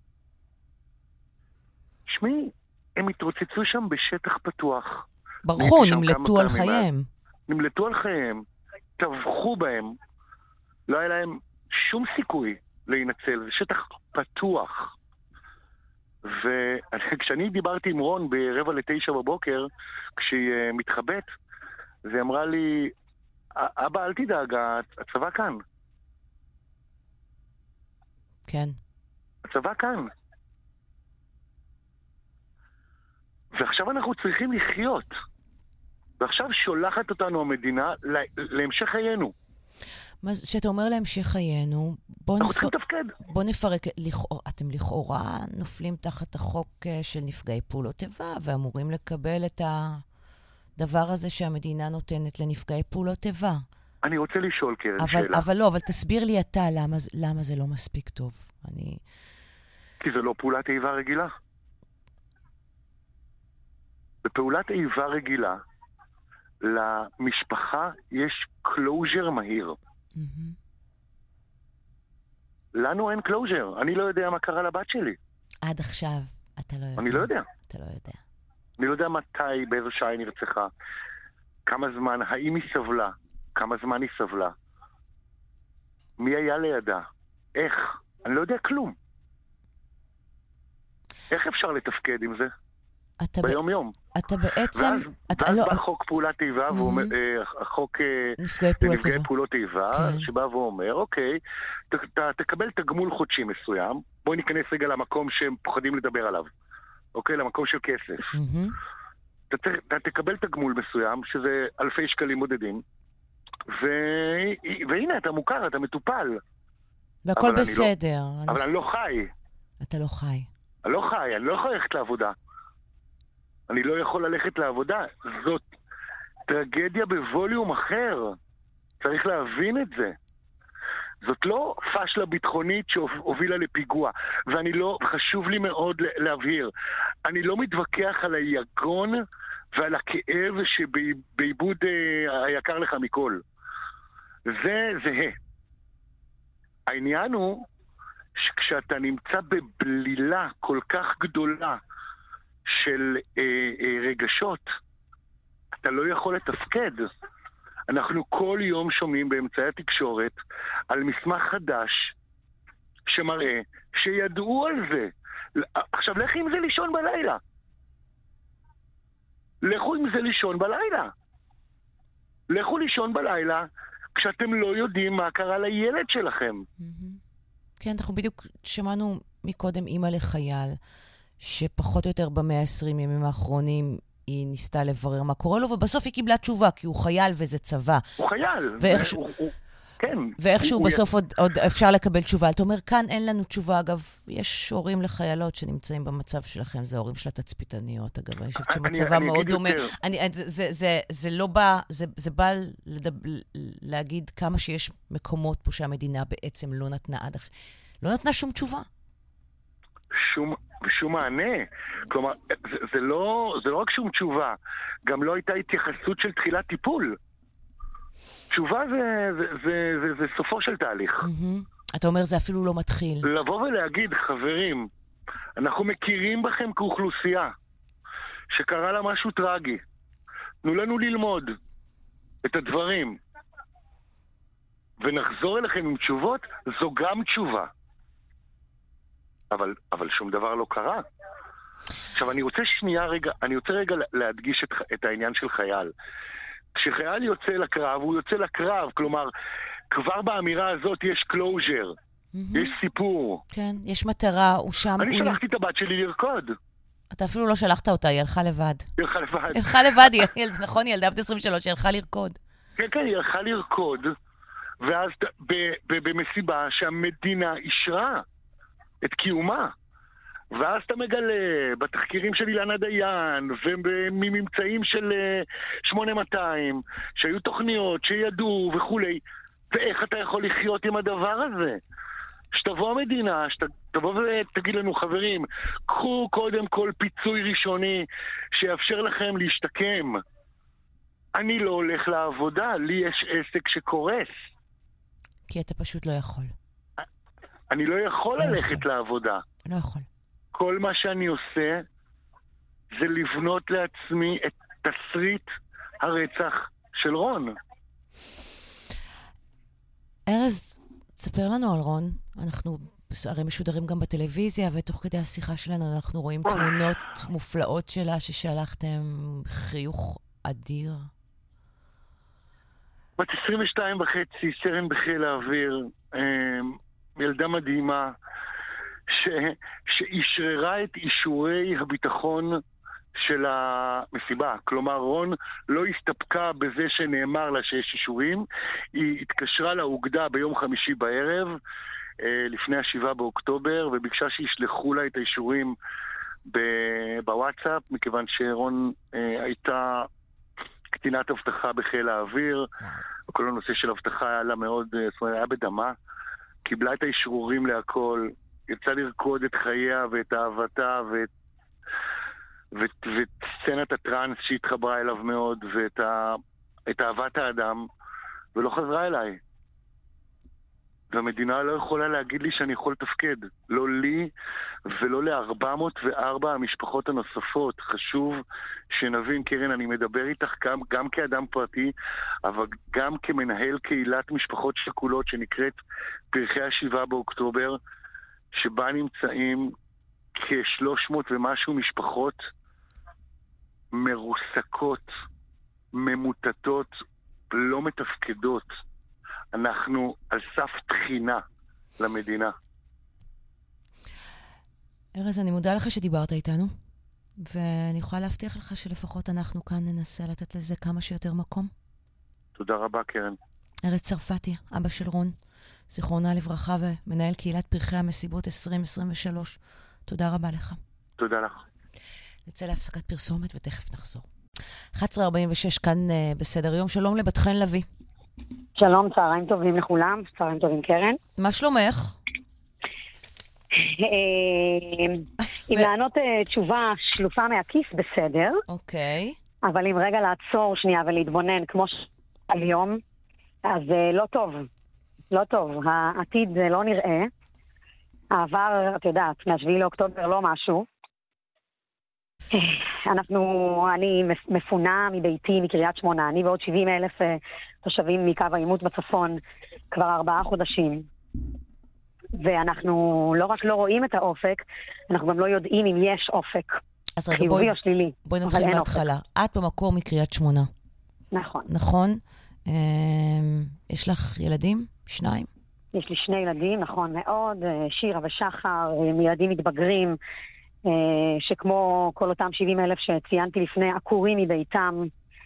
שמי, הם התרוצצו שם בשטח פתוח. ברחו, נמלטו על חייהם. נמלטו על חייהם, טבחו בהם, לא היה להם שום סיכוי להינצל, זה שטח פתוח. וכשאני דיברתי עם רון ב8:45 בבוקר, כשהיא מתחבאת, זה אמרה לי, אבא אל תדאג, הצבא כאן. כן. הצבא כאן. ועכשיו אנחנו צריכים לחיות. ועכשיו שולחת אותנו המדינה להמשך חיינו. שאתה אומר להמשך חיינו, בוא נפרק, אתם לכאורה נופלים תחת החוק של נפגעי פעולות איבה, ואמורים לקבל את הדבר הזה שהמדינה נותנת לנפגעי פעולות איבה. אני רוצה לשאול, קרן, שאלה. אבל תסביר לי אתה למה זה לא מספיק טוב. כי זה לא פעולת איבה רגילה. בפעולת איבה רגילה, למשפחה יש קלוז'ר מהיר. לנו אין קלוז'ר. אני לא יודע מה קרה לבת שלי. עד עכשיו אתה לא יודע. אני לא יודע. אתה לא יודע. אני לא יודע מתי, באיזו שעה היא נרצחה. כמה זמן, האם היא סבלה? כמה זמן היא סבלה? מי היה לידה? איך? אני לא יודע כלום. איך אפשר לתפקד עם זה? ביום יום. אתה בעצם... ואז בא חוק פעולת איבה, החוק נפגעי פעולות איבה, שבא ואומר, אוקיי, תקבל תגמול חודשי מסוים, בואי ניכנס רגע למקום שהם פוחדים לדבר עליו. אוקיי, למקום של כסף. אתה תקבל תגמול מסוים, שזה אלפי שקלים בודדים, והנה, אתה מוכר, אתה מטופל. והכל בסדר. אבל אני לא חי. אתה לא חי. אני לא חי, אני לא יכול ללכת לעבודה. אני לא יכול ללכת לעבודה. זאת טרגדיה בווליום אחר. צריך להבין את זה. זאת לא פשלה ביטחונית שהובילה לפיגוע. ואני לא, חשוב לי מאוד להבהיר, אני לא מתווכח על היגון ועל הכאב שבאיבוד היקר לך מכל. זה זהה. העניין הוא שכשאתה נמצא בבלילה כל כך גדולה של רגשות, אתה לא יכול לתפקד. אנחנו כל יום שומעים באמצעי התקשורת על מסמך חדש שמראה שידעו על זה. עכשיו, לכו עם זה לישון בלילה. לכו עם זה לישון בלילה. לכו לישון בלילה כשאתם לא יודעים מה קרה לילד שלכם. כן, אנחנו בדיוק שמענו מקודם אמא לחייל, שפחות או יותר ב-120 ימים האחרונים היא ניסתה לברר מה קורה לו, ובסוף היא קיבלה תשובה, כי הוא חייל וזה צבא. הוא חייל. כן. ואיכשהו בסוף עוד אפשר לקבל תשובה. אתה אומר, כאן אין לנו תשובה. אגב, יש הורים לחיילות שנמצאים במצב שלכם, זה ההורים של התצפיתניות, אגב. אני חושבת שמצבה מאוד דומה. זה לא בא, זה בא להגיד כמה שיש מקומות פה שהמדינה בעצם לא נתנה עד עכשיו. לא נתנה שום תשובה. שום מענה. כלומר, זה לא רק שום תשובה. גם לא הייתה התייחסות של תחילת טיפול. תשובה זה סופו של תהליך. אתה אומר, זה אפילו לא מתחיל. לבוא ולהגיד, חברים, אנחנו מכירים בכם כאוכלוסייה שקרה לה משהו טרגי. תנו לנו ללמוד את הדברים ונחזור אליכם עם תשובות, זו גם תשובה. אבל שום דבר לא קרה. עכשיו, אני רוצה רגע להדגיש את העניין של חייל. כשחייל יוצא לקרב, הוא יוצא לקרב, כלומר, כבר באמירה הזאת יש קלוז'ר, יש סיפור. כן, יש מטרה, הוא שם. אני שלחתי את הבת שלי לרקוד. אתה אפילו לא שלחת אותה, היא הלכה לבד. היא הלכה לבד. היא הלכה לבד, נכון, היא ילדה בת 23, היא הלכה לרקוד. כן, היא הלכה לרקוד, ואז במסיבה שהמדינה אישרה את קיומה. ואז אתה מגלה בתחקירים של אילנה דיין ומממצאים של 8200 שהיו תוכניות שידעו וכולי, ואיך אתה יכול לחיות עם הדבר הזה? שתבוא המדינה, שתבוא ותגיד לנו, חברים, קחו קודם כל פיצוי ראשוני שיאפשר לכם להשתקם. אני לא הולך לעבודה, לי יש עסק שקורס. כי אתה פשוט לא יכול. אני לא יכול ללכת לעבודה. לא יכול. כל מה שאני עושה זה לבנות לעצמי את תסריט הרצח של רון. ארז, תספר לנו על רון. אנחנו הרי משודרים גם בטלוויזיה, ותוך כדי השיחה שלנו אנחנו רואים תמונות מופלאות שלה ששלחתם חיוך אדיר. בת 22 וחצי, סרן בחיל האוויר, ילדה מדהימה, שאישררה את אישורי הביטחון של המסיבה. כלומר, רון לא הסתפקה בזה שנאמר לה שיש אישורים, היא התקשרה לאוגדה ביום חמישי בערב, לפני ה7 באוקטובר, וביקשה שישלחו לה את האישורים בוואטסאפ, מכיוון שרון הייתה קצינת הבטחה בחיל האוויר, כל הנושא של הבטחה היה לה מאוד, זאת אומרת, היה בדמה, קיבלה את האישורים להכל, יצא לרקוד את חייה ואת אהבתה ואת סצנת הטרנס שהתחברה אליו מאוד ואת אהבת האדם, ולא חזרה אליי. והמדינה לא יכולה להגיד לי שאני יכול לתפקד. לא לי ולא ל-404 המשפחות הנוספות. חשוב שנבין, קרן, אני מדבר איתך גם כאדם פרטי, אבל גם כמנהל קהילת משפחות שכולות שנקראת פרחי ה7 באוקטובר, שבה נמצאים כ-300 ומשהו משפחות מרוסקות, ממוטטות, לא מתפקדות. אנחנו על סף תחינה למדינה. ארז, אני מודה לך שדיברת איתנו, ואני יכולה להבטיח לך שלפחות אנחנו כאן ננסה לתת לזה כמה שיותר מקום. תודה רבה, קרן. ארז צרפתי, אבא של רון, זיכרונה לברכה ומנהל קהילת פרחי המסיבות 2023. תודה רבה לך. תודה לך. נצא להפסקת פרסומת ותכף נחזור. 11:46 כאן בסדר יום. שלום לבת חן לוי. שלום, צהריים טובים לכולם, צהריים טובים קרן. מה שלומך? אם לענות תשובה שלופה מהכיס, בסדר. אוקיי. אבל אם רגע לעצור שנייה ולהתבונן כמו על יום, אז לא טוב. לא טוב. העתיד לא נראה. העבר, את יודעת, מה7 לאוקטובר לא משהו. אני מפונה מביתי, מקריית שמונה. אני ועוד 70,000 תושבים מקו העימות בצפון כבר 4 חודשים. ואנחנו לא רק לא רואים את האופק, אנחנו גם לא יודעים אם יש אופק. אז רגע, בואי נתחיל מההתחלה. את במקור מקריית שמונה. נכון. נכון? יש לך ילדים? 2? יש לי 2 ילדים, נכון מאוד. שירה ושחר, ילדים מתבגרים, שכמו כל אותם 70,000 שציינתי לפני, עקורים מביתם.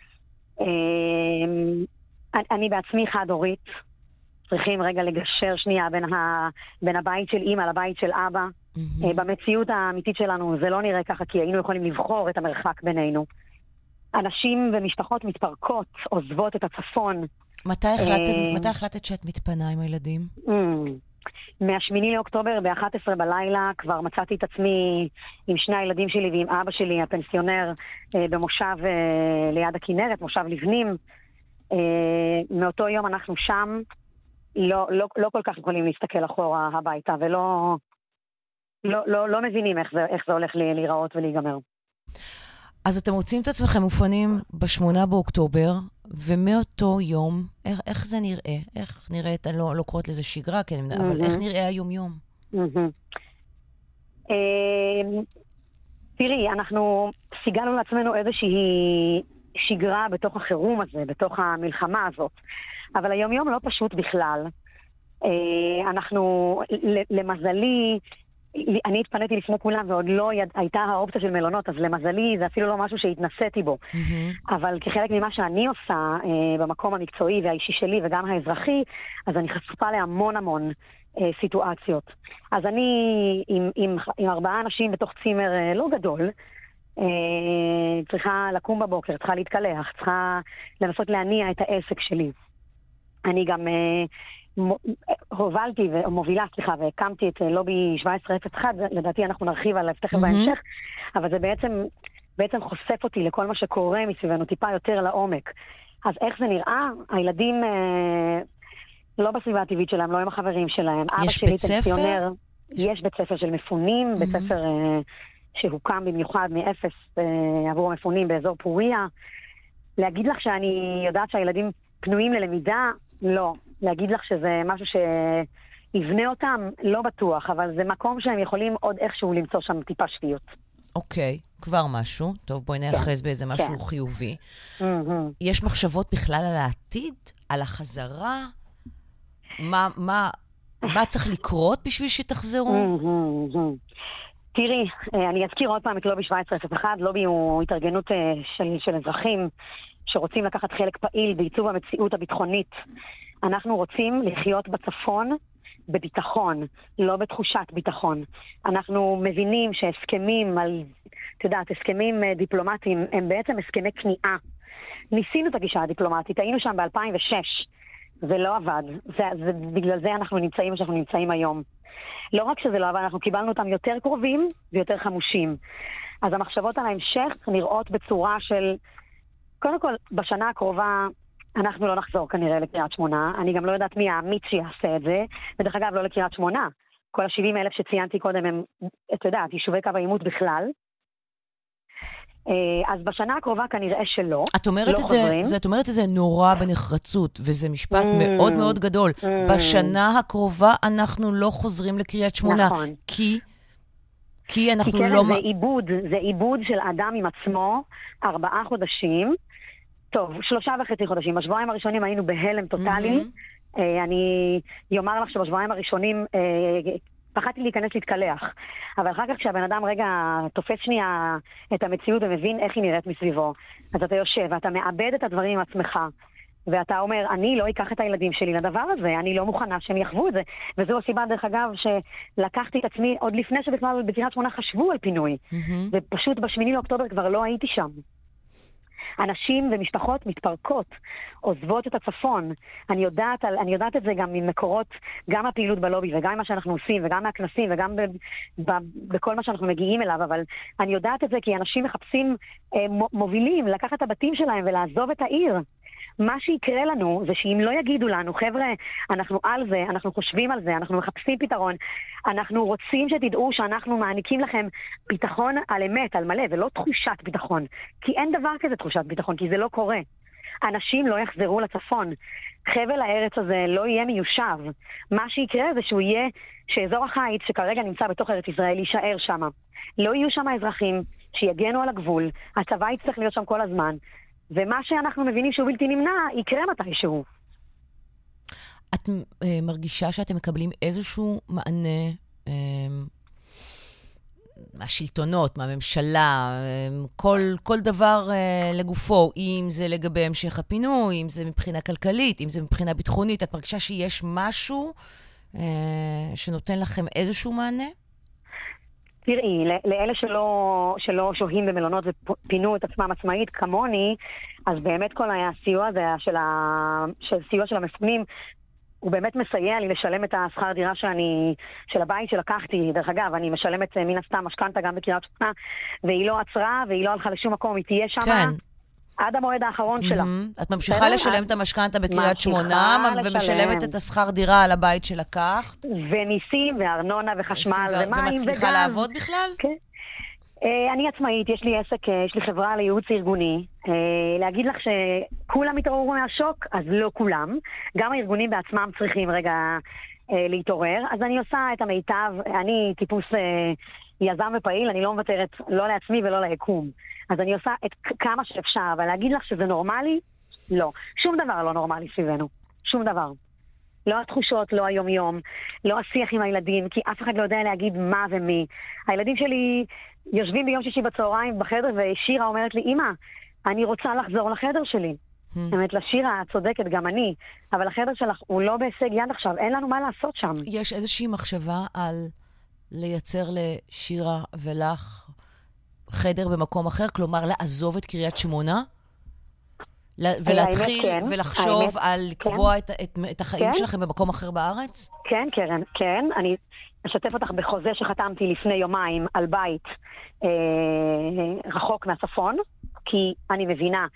אני בעצמי חד-הורית. צריכים רגע לגשר שנייה בין הבית של אמא לבית של אבא. במציאות האמיתית שלנו זה לא נראה ככה, כי היינו יכולים לבחור את המרחק בינינו. אנשים ומשפחות מתפרקות, עוזבות את הצפון. מתי החלטת שאת מתפנה עם הילדים? מה8 לאוקטובר, ב-11 בלילה, כבר מצאתי את עצמי עם 2 הילדים שלי ועם אבא שלי, הפנסיונר, במושב ליד הכנרת, מושב לבנים. מאותו יום אנחנו שם, לא כל כך יכולים להסתכל אחורה הביתה, ולא לא מבינים איך זה הולך להיראות ולהיגמר. אז אתם מוצאים את עצמכם מופנים ב8 באוקטובר, ומאותו יום, איך זה נראה? איך נראית, אני לא קוראת לזה שגרה, אבל איך נראה היום-יום? תראי, אנחנו סיגלנו לעצמנו איזושהי שגרה בתוך החירום הזה, בתוך המלחמה הזאת. אבל היום-יום לא פשוט בכלל. אנחנו, למזלי, אני התפניתי לפני כולם ועוד לא הייתה האופציה של מלונות, אז למזלי זה אפילו לא משהו שהתנסיתי בו. אבל כחלק ממה שאני עושה במקום המקצועי והאישי שלי וגם האזרחי, אז אני חשופה להמון סיטואציות. אז אני עם 4 אנשים בתוך צימר לא גדול, צריכה לקום בבוקר, צריכה להתקלח, צריכה לנסות להניע את העסק שלי. אני גם הובלתי ומובילה, והקמתי את לובי 1701, לדעתי אנחנו נרחיב עליו תכף בהמשך, אבל זה בעצם חושף אותי לכל מה שקורה מסביבנו, טיפה יותר לעומק. אז איך זה נראה? הילדים לא בסביבה הטבעית שלהם, לא עם החברים שלהם. יש בית ספר? יש בית ספר של מפונים, בית ספר שהוקם במיוחד מאפס עבור המפונים באזור פוריה. להגיד לך שאני יודעת שהילדים פנויים ללמידה? לא. להגיד לך שזה משהו שיבנה אותם? לא בטוח, אבל זה מקום שהם יכולים עוד איכשהו למצוא שם טיפה שפיות. אוקיי, כבר משהו. טוב, בואי נאחז באיזה משהו חיובי. יש מחשבות בכלל על העתיד? על החזרה? מה צריך לקרות בשביל שתחזרו? תראי, אני אזכיר עוד פעם את לובי 1701. לובי הוא התארגנות של אזרחים שרוצים לקחת חלק פעיל בעיצוב המציאות הביטחונית. אנחנו רוצים לחיות בצפון בביטחון, לא בתחושת ביטחון. אנחנו מבינים שהסכמים הסכמים דיפלומטיים הם בעצם הסכמי כניעה. ניסינו את הגישה הדיפלומטית, היינו שם ב-2006, זה לא עבד. בגלל זה אנחנו נמצאים שאנחנו נמצאים היום. לא רק שזה לא עבד, אנחנו קיבלנו אותם יותר קרובים ויותר חמושים. אז המחשבות על ההמשך נראות בצורה של, קודם כל, בשנה הקרובה אנחנו לא נחזור כנראה לקריית שמונה. אני גם לא יודעת מי האמיץ שיעשה את זה. ודרך אגב, לא לקריית שמונה. כל ה-70,000 שציינתי קודם הם, את יודעת, יישובי קו העימות בכלל. אז בשנה הקרובה כנראה שלא. את אומרת את זה נורא בנחרצות, וזה משפט מאוד מאוד גדול. בשנה הקרובה אנחנו לא חוזרים לקריית שמונה. נכון. כי אנחנו לא... זה עיבוד של אדם עם עצמו, 4 חודשים. טוב, 3.5 חודשים. בשבועיים הראשונים היינו בהלם טוטלי. אני אומר לך שבשבועיים הראשונים פחדתי להיכנס להתקלח. אבל אחר כך כשהבן אדם רגע תופס שנייה את המציאות ומבין איך היא נראית מסביבו, אז אתה יושב ואתה מאבד את הדברים עם עצמך. ואתה אומר, אני לא אקח את הילדים שלי לדבר הזה, אני לא מוכנה שהם יחוו את זה. וזו הסיבה, דרך אגב, שלקחתי את עצמי עוד לפני שבכלל בקריית שמונה חשבו על פינוי. ופשוט ב8 לאוקטובר כבר לא הייתי שם. אנשים ומשפחות מתפרקות, עוזבות את הצפון. אני יודעת את זה גם ממקורות, גם הפעילות בלובי וגם מה שאנחנו עושים וגם מהכנסים וגם בכל מה שאנחנו מגיעים אליו, אבל אני יודעת את זה כי אנשים מחפשים מובילים לקחת את הבתים שלהם ולעזוב את העיר. מה שיקרה לנו זה שאם לא יגידו לנו, חבר'ה, אנחנו על זה, אנחנו חושבים על זה, אנחנו מחפשים פתרון, אנחנו רוצים שתדעו שאנחנו מעניקים לכם ביטחון על אמת, על מלא, ולא תחושת ביטחון. כי אין דבר כזה תחושת ביטחון, כי זה לא קורה. אנשים לא יחזרו לצפון. חבל הארץ הזה לא יהיה מיושב. מה שיקרה זה שהוא יהיה, שאזור החיץ שכרגע נמצא בתוך ארץ ישראל יישאר שם. לא יהיו שם אזרחים שיגנו על הגבול, הצבא יצטרך להיות שם כל הזמן. ומה שאנחנו מבינים שהוא בלתי נמנע, יקרה מתישהו. את מרגישה שאתם מקבלים איזשהו מענה מהשלטונות, מהממשלה, כל דבר לגופו, אם זה לגבי המשך הפינוי, אם זה מבחינה כלכלית, אם זה מבחינה ביטחונית, את מרגישה שיש משהו שנותן לכם איזשהו מענה? תראי, לאלה שלא שוהים במלונות ופינו את עצמם עצמאית כמוני, אז באמת כל הסיוע הזה של סיוע של המפונים, הוא באמת מסייע לי לשלם את השכר דירה של הבית שלקחתי. דרך אגב, אני משלמת מן הסתם משכנתה גם בקריית שמונה, והיא לא עצרה והיא לא הלכה לשום מקום, היא תהיה שם. כן. עד המועד האחרון שלה. את ממשיכה לשלם את המשכנתה בקריית שמונה, ומשלמת את השכר דירה על הבית שלקחת. ומיסים, וארנונה, וחשמל, ומים, וגז. ומצליחה לעבוד בכלל? כן. אני עצמאית, יש לי עסק, יש לי חברה לייעוץ ארגוני. להגיד לך שכולם התעוררו מהשוק, אז לא כולם. גם הארגונים בעצמם צריכים רגע להתעורר. אז אני עושה את המיטב, אני טיפוס יזם ופעיל, אני לא מוותרת לא לעצמי ולא ליקום. אז אני עושה את כמה שאפשר, אבל להגיד לך שזה נורמלי? לא. שום דבר לא נורמלי סביבנו. שום דבר. לא התחושות, לא היום-יום, לא השיח עם הילדים, כי אף אחד לא יודע להגיד מה ומי. הילדים שלי יושבים ביום שישי בצהריים בחדר, ושירה אומרת לי, אמא, אני רוצה לחזור לחדר שלי. זאת אומרת, לשירה, את צודקת, גם אני, אבל החדר שלך הוא לא בהישג יד עכשיו, אין לנו מה לעשות שם. יש איזושהי מחשבה על לייצר לשירה ולך חדר במקום אחר, כלומר לעזוב את קריית שמונה? ולהתחיל ולחשוב על לקבוע את החיים שלכם במקום אחר בארץ? כן, קרן, כן. אני אשתף אותך בחוזה שחתמתי לפני יומיים על בית רחוק מהצפון, כי אני מבינה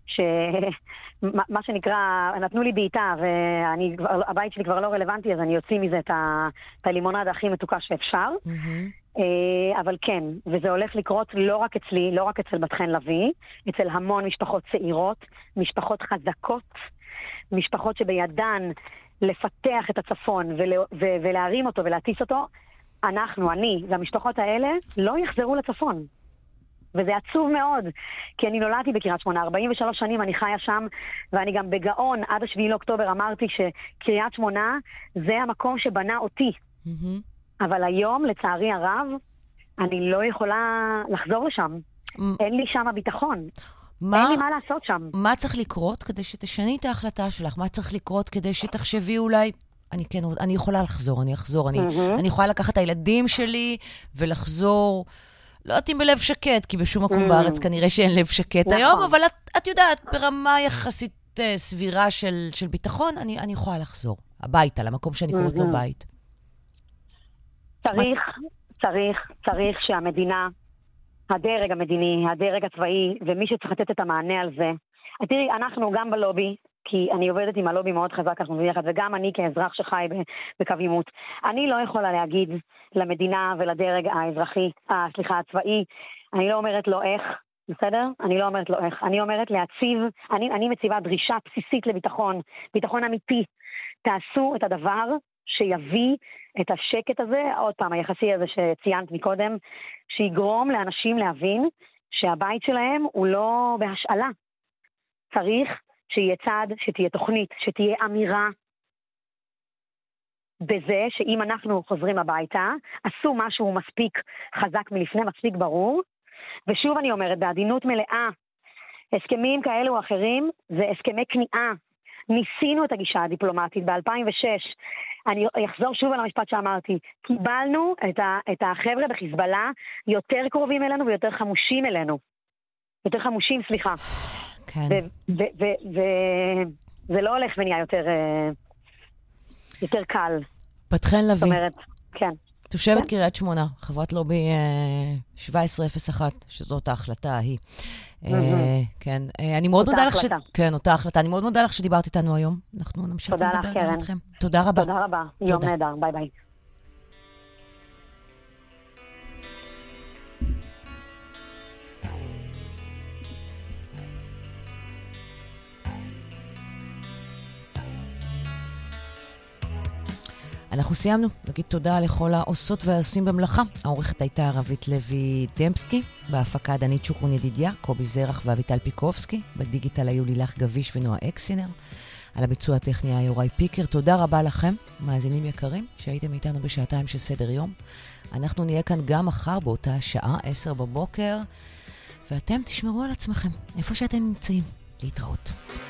מה שנקרא, נתנו לי בעיטה, והבית שלי כבר לא רלוונטי, אז אני יוציא מזה את הלימונדה הכי מתוקה שאפשר. אבל כן, וזה הולך לקרות לא רק אצלי, לא רק אצל בת חן לוי, אצל המון משפחות צעירות, משפחות חזקות, משפחות שבידן לפתח את הצפון ולהרים אותו ולהטיס אותו. אני והמשפחות האלה לא יחזרו לצפון. וזה עצוב מאוד, כי אני נולדתי בקריית שמונה, 43 שנים אני חיה שם, ואני גם בגאון עד 7 לאוקטובר אמרתי שקריית שמונה זה המקום שבנה אותי. אבל היום, לצערי הרב, אני לא יכולה לחזור לשם. אין לי שם הביטחון. אין לי מה לעשות שם. מה צריך לקרות כדי שתשני את ההחלטה שלך? מה צריך לקרות כדי שתחשבי אולי, אני יכולה לחזור, אני אחזור, אני יכולה לקחת את הילדים שלי ולחזור, לא יודעת אם בלב שקט, כי בשום מקום בארץ כנראה שאין לב שקט היום, אבל את יודעת, ברמה יחסית סבירה של ביטחון, אני יכולה לחזור הביתה, למקום שאני קוראת לו בית. צריך שהמדינה, הדרג המדיני, הדרג הצבאי, ומי שצריך לתת את המענה על זה. תראי, אנחנו גם בלובי, כי אני עובדת עם הלובי מאוד חזק, אנחנו מבינים, וגם אני כאזרח שחי בקו עימות. אני לא יכולה להגיד למדינה ולדרג הצבאי, אני לא אומרת לו איך, בסדר? אני לא אומרת לו איך. אני אומרת להציב, אני מציבה דרישה בסיסית לביטחון, ביטחון אמיתי. תעשו את הדבר שיביא את השקט הזה, עוד פעם, היחסי הזה שציינת מקודם, שיגרום לאנשים להבין שהבית שלהם הוא לא בהשאלה. צריך שיהיה צעד, שתהיה תוכנית, שתהיה אמירה בזה שאם אנחנו חוזרים הביתה, עשו משהו מספיק חזק מלפני, מספיק ברור, ושוב אני אומרת, בעדינות מלאה, הסכמים כאלו או אחרים זה הסכמי כניעה. ניסינו את הגישה הדיפלומטית ב-2006. אני אחזור שוב על המשפט שאמרתי. קיבלנו את החבר'ה בחיזבאללה יותר קרובים אלינו ויותר חמושים אלינו. יותר חמושים, סליחה. כן. וזה לא הולך ונהיה יותר קל. בת חן לוי. זאת אומרת, כן. תושבת קריית שמונה, חברת לובי 1701, שזאת ההחלטה ההיא. כן, אני מאוד מודה לך כן, אותה החלטה. אני מאוד מודה לך שדיברת איתנו היום. אנחנו נמשיך לדבר גם איתכם. תודה רבה. תודה רבה. יום נהדר. ביי ביי. אנחנו סיימנו. נגיד תודה לכל העושות והעושים במלאכה. העורכת הייתה רבית לוי דמפסקי, בהפקה דנית שוקרון ידידיה, קובי זרח ואביטל פיקובסקי, בדיגיטל היו לילך גביש ונועה אקסינר, על הביצוע הטכני היה יוראי פיקר. תודה רבה לכם, מאזינים יקרים, שהייתם איתנו בשעתיים של סדר יום. אנחנו נהיה כאן גם מחר באותה שעה, 10 בבוקר, ואתם תשמרו על עצמכם, איפה שאתם נמצאים. להתראות.